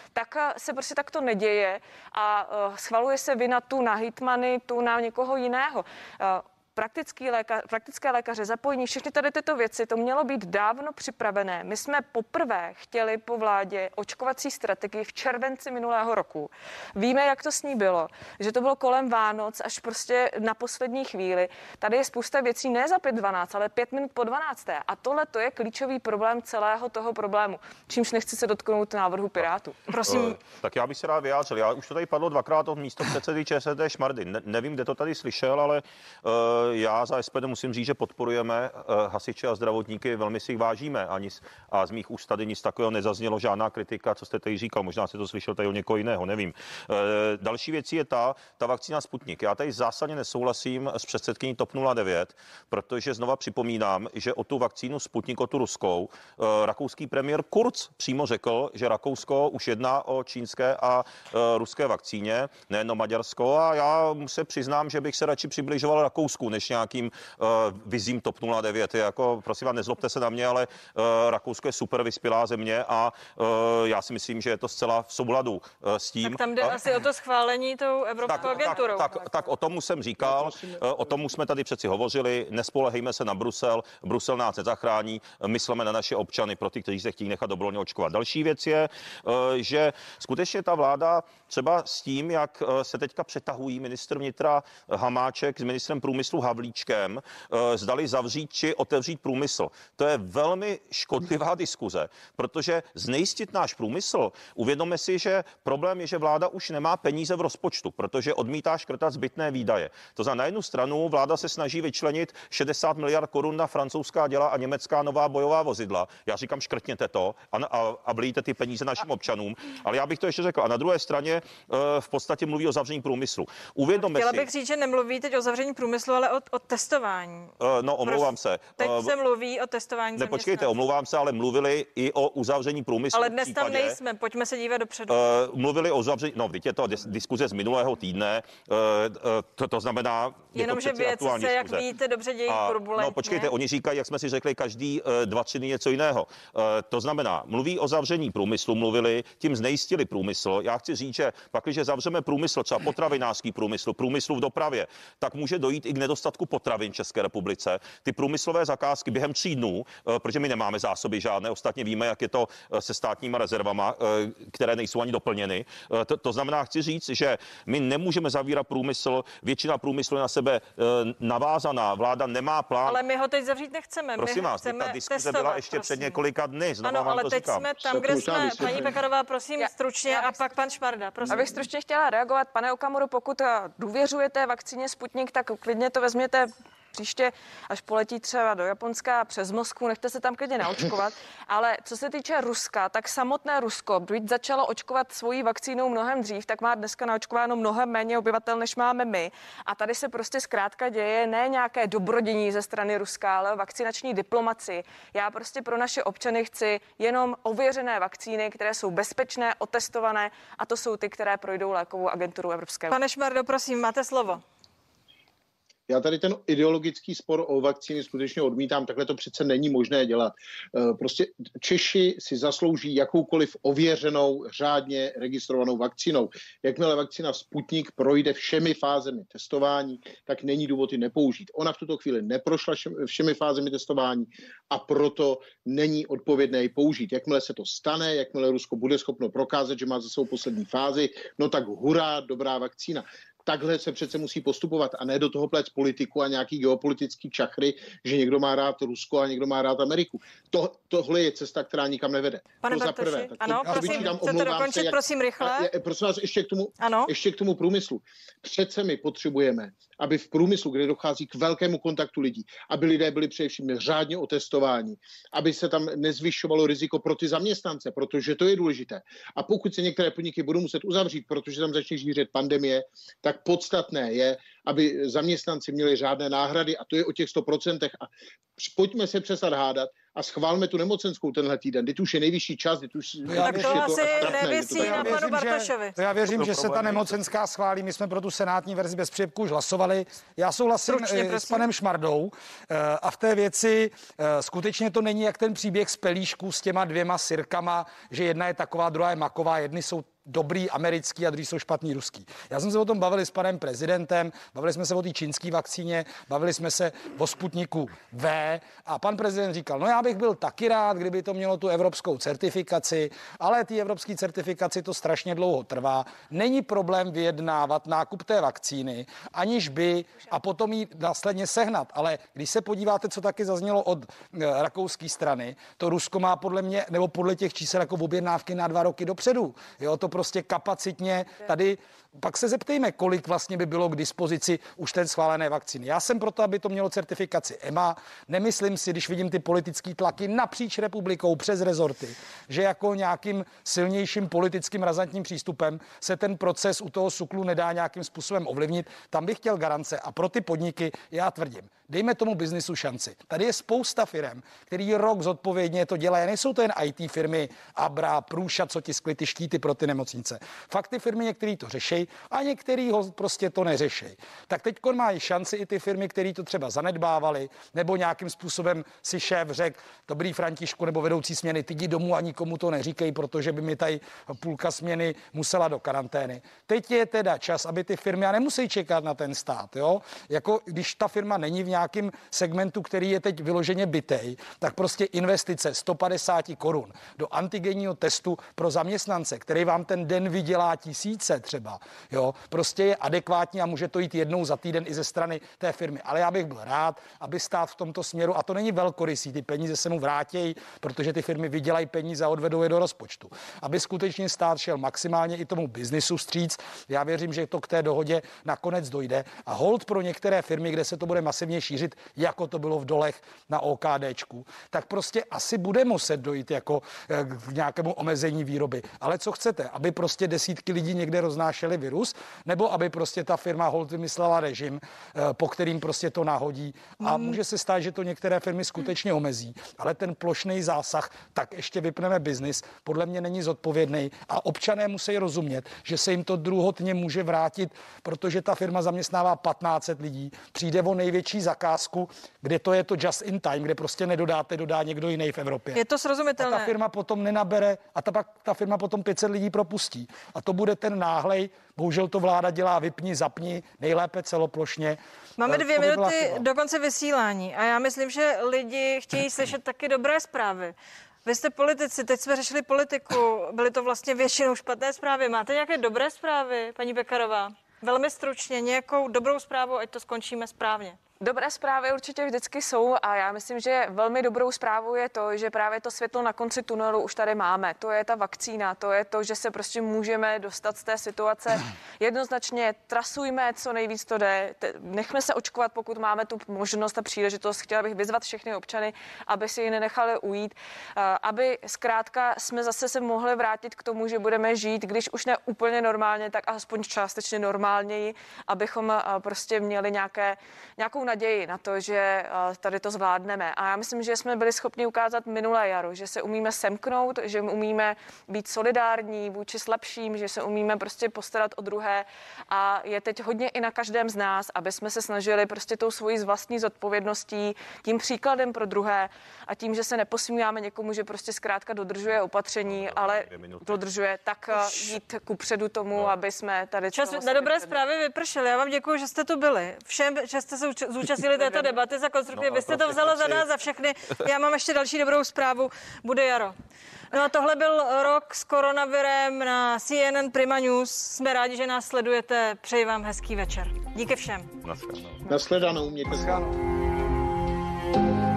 tak se prostě takto neděje a schvaluje se vina tu na hejtmany, tu na někoho jiného. Praktický lékař, praktické lékaře, zapojení, všechny tady tyto věci, to mělo být dávno připravené. My jsme poprvé chtěli po vládě očkovací strategii v červenci minulého roku. Víme, jak to s ní bylo, že to bylo kolem Vánoc až prostě na poslední chvíli. Tady je spousta věcí ne za pět dvanáct, ale pět minut po dvanácté. A tohle to je klíčový problém celého toho problému. Čímž nechci se dotknout návrhu Pirátů. Prosím. Uh, tak já bych se rád vyjádřil. Já už to tady padlo dvakrát od místopředsedy ČSSD Šmardy. Ne, nevím, kde to tady slyšel, ale uh, já za S P D musím říct, že podporujeme uh, hasiče a zdravotníky, velmi si jich vážíme. Ani a z mých úst tady nic takového nezaznělo, žádná kritika, co jste tady říkal. Možná jste to slyšel tady o někoho jiného, nevím. Uh, další věcí je ta, ta vakcína Sputnik. Já tady zásadně nesouhlasím s předsedkyní TOP nula devět, protože znova připomínám, že o tu vakcínu Sputnik, o tu ruskou, uh, rakouský premiér Kurz přímo řekl, že Rakousko už jedná o čínské a uh, ruské vakcíně, nejen o Maďarsko. A já se přiznám, že bych se radši přibližoval Rakousku, než nějakým uh, vizím TOP nula devět. Jako, prosím vás, nezlobte se na mě, ale uh, Rakousko je super vyspělá země a uh, já si myslím, že je to zcela v souladu uh, s tím. Tak tam jde uh, asi o to schválení tou Evropskou tak, agenturou. Tak, tak, tak o tom jsem říkal, uh, o tom jsme tady přeci hovořili, nespolehejme se na Brusel, Brusel nás nezachrání, myslíme na naše občany, pro ty, kteří se chtějí nechat dobrovolně očkovat. Další věc je, uh, že skutečně ta vláda třeba s tím, jak uh, se teďka přetahují ministr vnitra Hamáček s ministrem průmyslu Havlíčkem, zdali zavřít či otevřít průmysl. To je velmi škodlivá diskuze, protože znejistit náš průmysl, uvědomme si, že problém je, že vláda už nemá peníze v rozpočtu, protože odmítá škrtat zbytné výdaje. To znamená, na jednu stranu vláda se snaží vyčlenit šedesát miliard korun na francouzská děla a německá nová bojová vozidla. Já říkám, škrtněte to a, a, a vlijte ty peníze našim občanům. Ale já bych to ještě řekl. A na druhé straně v podstatě mluví o zavření průmyslu. Uvědomme Chtěla si, bych říct, že nemluví teď o zavření průmyslu, ale o, o testování. Uh, no, omlouvám se. Teď Uh, se mluví o testování Ne, počkejte, omlouvám se, ale mluvili i o uzavření průmyslu. Ale dnes případě, tam nejsme, pojďme se dívat dopředu. Uh, mluvili o uzavření, no, vidíte to, dis- diskuze z minulého týdne, uh, uh, to, to znamená... Jenom, že věci se, jak víte, dobře dějí turbulentně. No, počkejte, oni říkají, jak jsme si řekli, každý uh, dva, tři dny něco jiného. Uh, to znamená, mluví o zavření průmyslu, mluvili, tím znejistili průmysl. Já chci říct, že pak, když zavřeme průmysl, třeba potravinářský průmysl, průmysl v dopravě, tak může dojít i k nedostatku potravin v České republice. Ty průmyslové zakázky během tří dnů, protože my nemáme zásoby žádné, ostatně víme, jak je to se státníma rezervama, které nejsou ani doplněny. To, to znamená, chci říct, že my nemůžeme zavírat průmysl, většina průmyslu je na sebe navázaná, vláda nemá plán. Ale my ho teď zavřít nechceme. Prosím my vás, chceme ta diskuze testovat, byla ještě prosím. před několika dny. Znovu ano, vám ale to teď říkám. jsme tam, kde jsme. Paní Pekarová, prosím, já, stručně já a pak pan Šmarda, prosím. Abych stručně chtěla reagovat, pane Okamuro, pokud důvěřujete vakcíně Sputnik, tak klidně to vezměte příště, až poletí třeba do Japonska přes Moskvu, nechte se tam klidně naočkovat. Ale co se týče Ruska, tak samotné Rusko, byť začalo očkovat svojí vakcínou mnohem dřív, tak má dneska naočkováno mnohem méně obyvatel, než máme my. A tady se prostě zkrátka děje ne nějaké dobrodění ze strany Ruska, ale vakcinační diplomaci. Já prostě pro naše občany chci jenom ověřené vakcíny, které jsou bezpečné, otestované, a to jsou ty, které projdou lékovou agenturu Evropské unie. Pane Šmardo, prosím, máte slovo. Já tady ten ideologický spor o vakcíny skutečně odmítám, takhle to přece není možné dělat. Prostě Češi si zaslouží jakoukoliv ověřenou, řádně registrovanou vakcínou. Jakmile vakcína Sputnik projde všemi fázemi testování, tak není důvod ji nepoužít. Ona v tuto chvíli neprošla všemi fázemi testování a proto není odpovědné ji použít. Jakmile se to stane, jakmile Rusko bude schopno prokázat, že má za svou poslední fázi, no tak hurá, dobrá vakcína. Takhle se přece musí postupovat a ne do toho plést politiku a nějaký geopolitický čachry, že někdo má rád Rusko a někdo má rád Ameriku. To, tohle je cesta, která nikam nevede. Pane to Bartoši, za prvé. Tak to, ano, to prosím, vyčítám, chcete dokončit, se, jak, prosím, rychle? A, je, prosím vás, ještě k, tomu, ano? ještě k tomu průmyslu. Přece my potřebujeme, aby v průmyslu, kde dochází k velkému kontaktu lidí, aby lidé byli především řádně otestováni, aby se tam nezvyšovalo riziko pro ty zaměstnance, protože to je důležité. A pokud se některé podniky budou muset uzavřít, protože tam začne šířit pandemie, tak podstatné je, aby zaměstnanci měli řádné náhrady, a to je o těch sto procentech. A pojďme se přestat hádat a schválme tu nemocenskou tenhle týden. Teď už je nejvyšší čas, teď už... Tak to, to asi nevisí na panu Bartošovi. To já věřím, že se ta nemocenská schválí. My jsme pro tu senátní verzi bez přílepku už hlasovali. Já souhlasím Stručně, s panem Šmardou a v té věci skutečně to není jak ten příběh z Pelíšku s těma dvěma sirkama, že jedna je taková, druhá je maková, jedny jsou dobrý americký a druhý jsou špatný ruský. Já jsem se o tom bavili s panem prezidentem, bavili jsme se o té čínské vakcíně, bavili jsme se o Sputniku V a pan prezident říkal, no já bych byl taky rád, kdyby to mělo tu evropskou certifikaci, ale ty evropské certifikaci to strašně dlouho trvá. Není problém vyjednávat nákup té vakcíny, aniž by a potom ji následně sehnat. Ale když se podíváte, co taky zaznělo od e, rakouské strany, to Rusko má podle mě, nebo podle těch čísel jako objednávky na dva roky dopředu. Jo, to prostě kapacitně tady, pak se zeptejme, kolik vlastně by bylo k dispozici už ten schválené vakcíny. Já jsem proto, aby to mělo certifikaci E M A. Nemyslím si, když vidím ty politické tlaky napříč republikou přes rezorty, že jako nějakým silnějším politickým razantním přístupem se ten proces u toho SÚKLu nedá nějakým způsobem ovlivnit. Tam bych chtěl garance a pro ty podniky já tvrdím, dejme tomu biznisu šanci. Tady je spousta firem, který rok zodpovědně to dělají. Nejsou to jen í té firmy, Abra, Průša, co tiskly ty štíty pro ty nemocnice. Fakt ty firmy některý to řeší a některý ho prostě to neřeší. Tak teď mají šanci i ty firmy, které to třeba zanedbávaly, nebo nějakým způsobem si šéf řekl, dobrý Františku nebo vedoucí směny, ty jdi domů a nikomu to neříkej, protože by mi tady půlka směny musela do karantény. Teď je teda čas, aby ty firmy a nemusí čekat na ten stát, jo? Jako když ta firma není v nějakém segmentu, který je teď vyloženě bitej, tak prostě investice sto padesát korun do antigenního testu pro zaměstnance, který vám ten den vydělá tisíce třeba, jo, prostě je adekvátní a může to jít jednou za týden i ze strany té firmy. Ale já bych byl rád, aby stát v tomto směru, a to není velkorysý, ty peníze se mu vrátí, protože ty firmy vydělají peníze a odvedou je do rozpočtu. Aby skutečně stát šel maximálně i tomu biznisu vstříc. Já věřím, že to k té dohodě nakonec dojde. A hold pro některé firmy, kde se to bude masivně šířit, jako to bylo v dolech na OKDčku, tak prostě asi bude muset dojít jako k nějakému omezení výroby. Ale co chcete, aby prostě desítky lidí někde roznášeli virus, nebo aby prostě ta firma hold vymyslela režim, po kterým prostě to nahodí a mm. může se stát, že to některé firmy skutečně omezí, ale ten plošný zásah, tak ještě vypneme biznis, podle mě není zodpovědný a občané musí rozumět, že se jim to druhotně může vrátit, protože ta firma zaměstnává patnáct set lidí, přijde o největší zakázku, kde to je to just in time, kde prostě nedodáte, dodá někdo jiný v Evropě. Je to srozumitelné. A ta firma potom nenabere a ta, pak, ta firma potom pět set lidí propustí. A to bude ten náhlej, bohužel to vláda dělá vypni, zapni, nejlépe celoplošně. Máme dvě minuty do konce vysílání a já myslím, že lidi chtějí slyšet taky dobré zprávy. Vy jste politici, teď jsme řešili politiku, byly to vlastně většinou špatné zprávy. Máte nějaké dobré zprávy, paní Pekarová? Velmi stručně, nějakou dobrou zprávu, ať to skončíme správně. Dobré zprávy určitě vždycky jsou a já myslím, že velmi dobrou zprávou je to, že právě to světlo na konci tunelu už tady máme. To je ta vakcína, to je to, že se prostě můžeme dostat z té situace. Jednoznačně trasujme, co nejvíc to jde. Nechme se očkovat, pokud máme tu možnost a příležitost. Chtěla bych vyzvat všechny občany, aby si ji nenechali ujít, aby zkrátka jsme zase se mohli vrátit k tomu, že budeme žít, když už ne úplně normálně, tak aspoň částečně normálněji, abychom prostě měli nějaké, nějakou naději na to, že tady to zvládneme. A já myslím, že jsme byli schopni ukázat minulé jaro, že se umíme semknout, že umíme být solidární vůči slabším, že se umíme prostě postarat o druhé a je teď hodně i na každém z nás, aby jsme se snažili prostě tou svojí vlastní zodpovědností, tím příkladem pro druhé a tím, že se neposmíváme někomu, že prostě zkrátka dodržuje opatření, ale dodržuje, tak jít kupředu tomu, no. aby jsme tady... Čas na dobré zprávy vypršel. Já vám děkuji, že jste tu byli. Všem, že jste se zúčastnili této debaty za konstruktivně. No, vy jste to vzala za nás, za všechny. Já mám ještě další dobrou zprávu. Bude jaro. No a tohle byl rok s koronavirem na C N N Prima News. Jsme rádi, že nás sledujete. Přeji vám hezký večer. Díky všem. Nashledanou. Mějte se.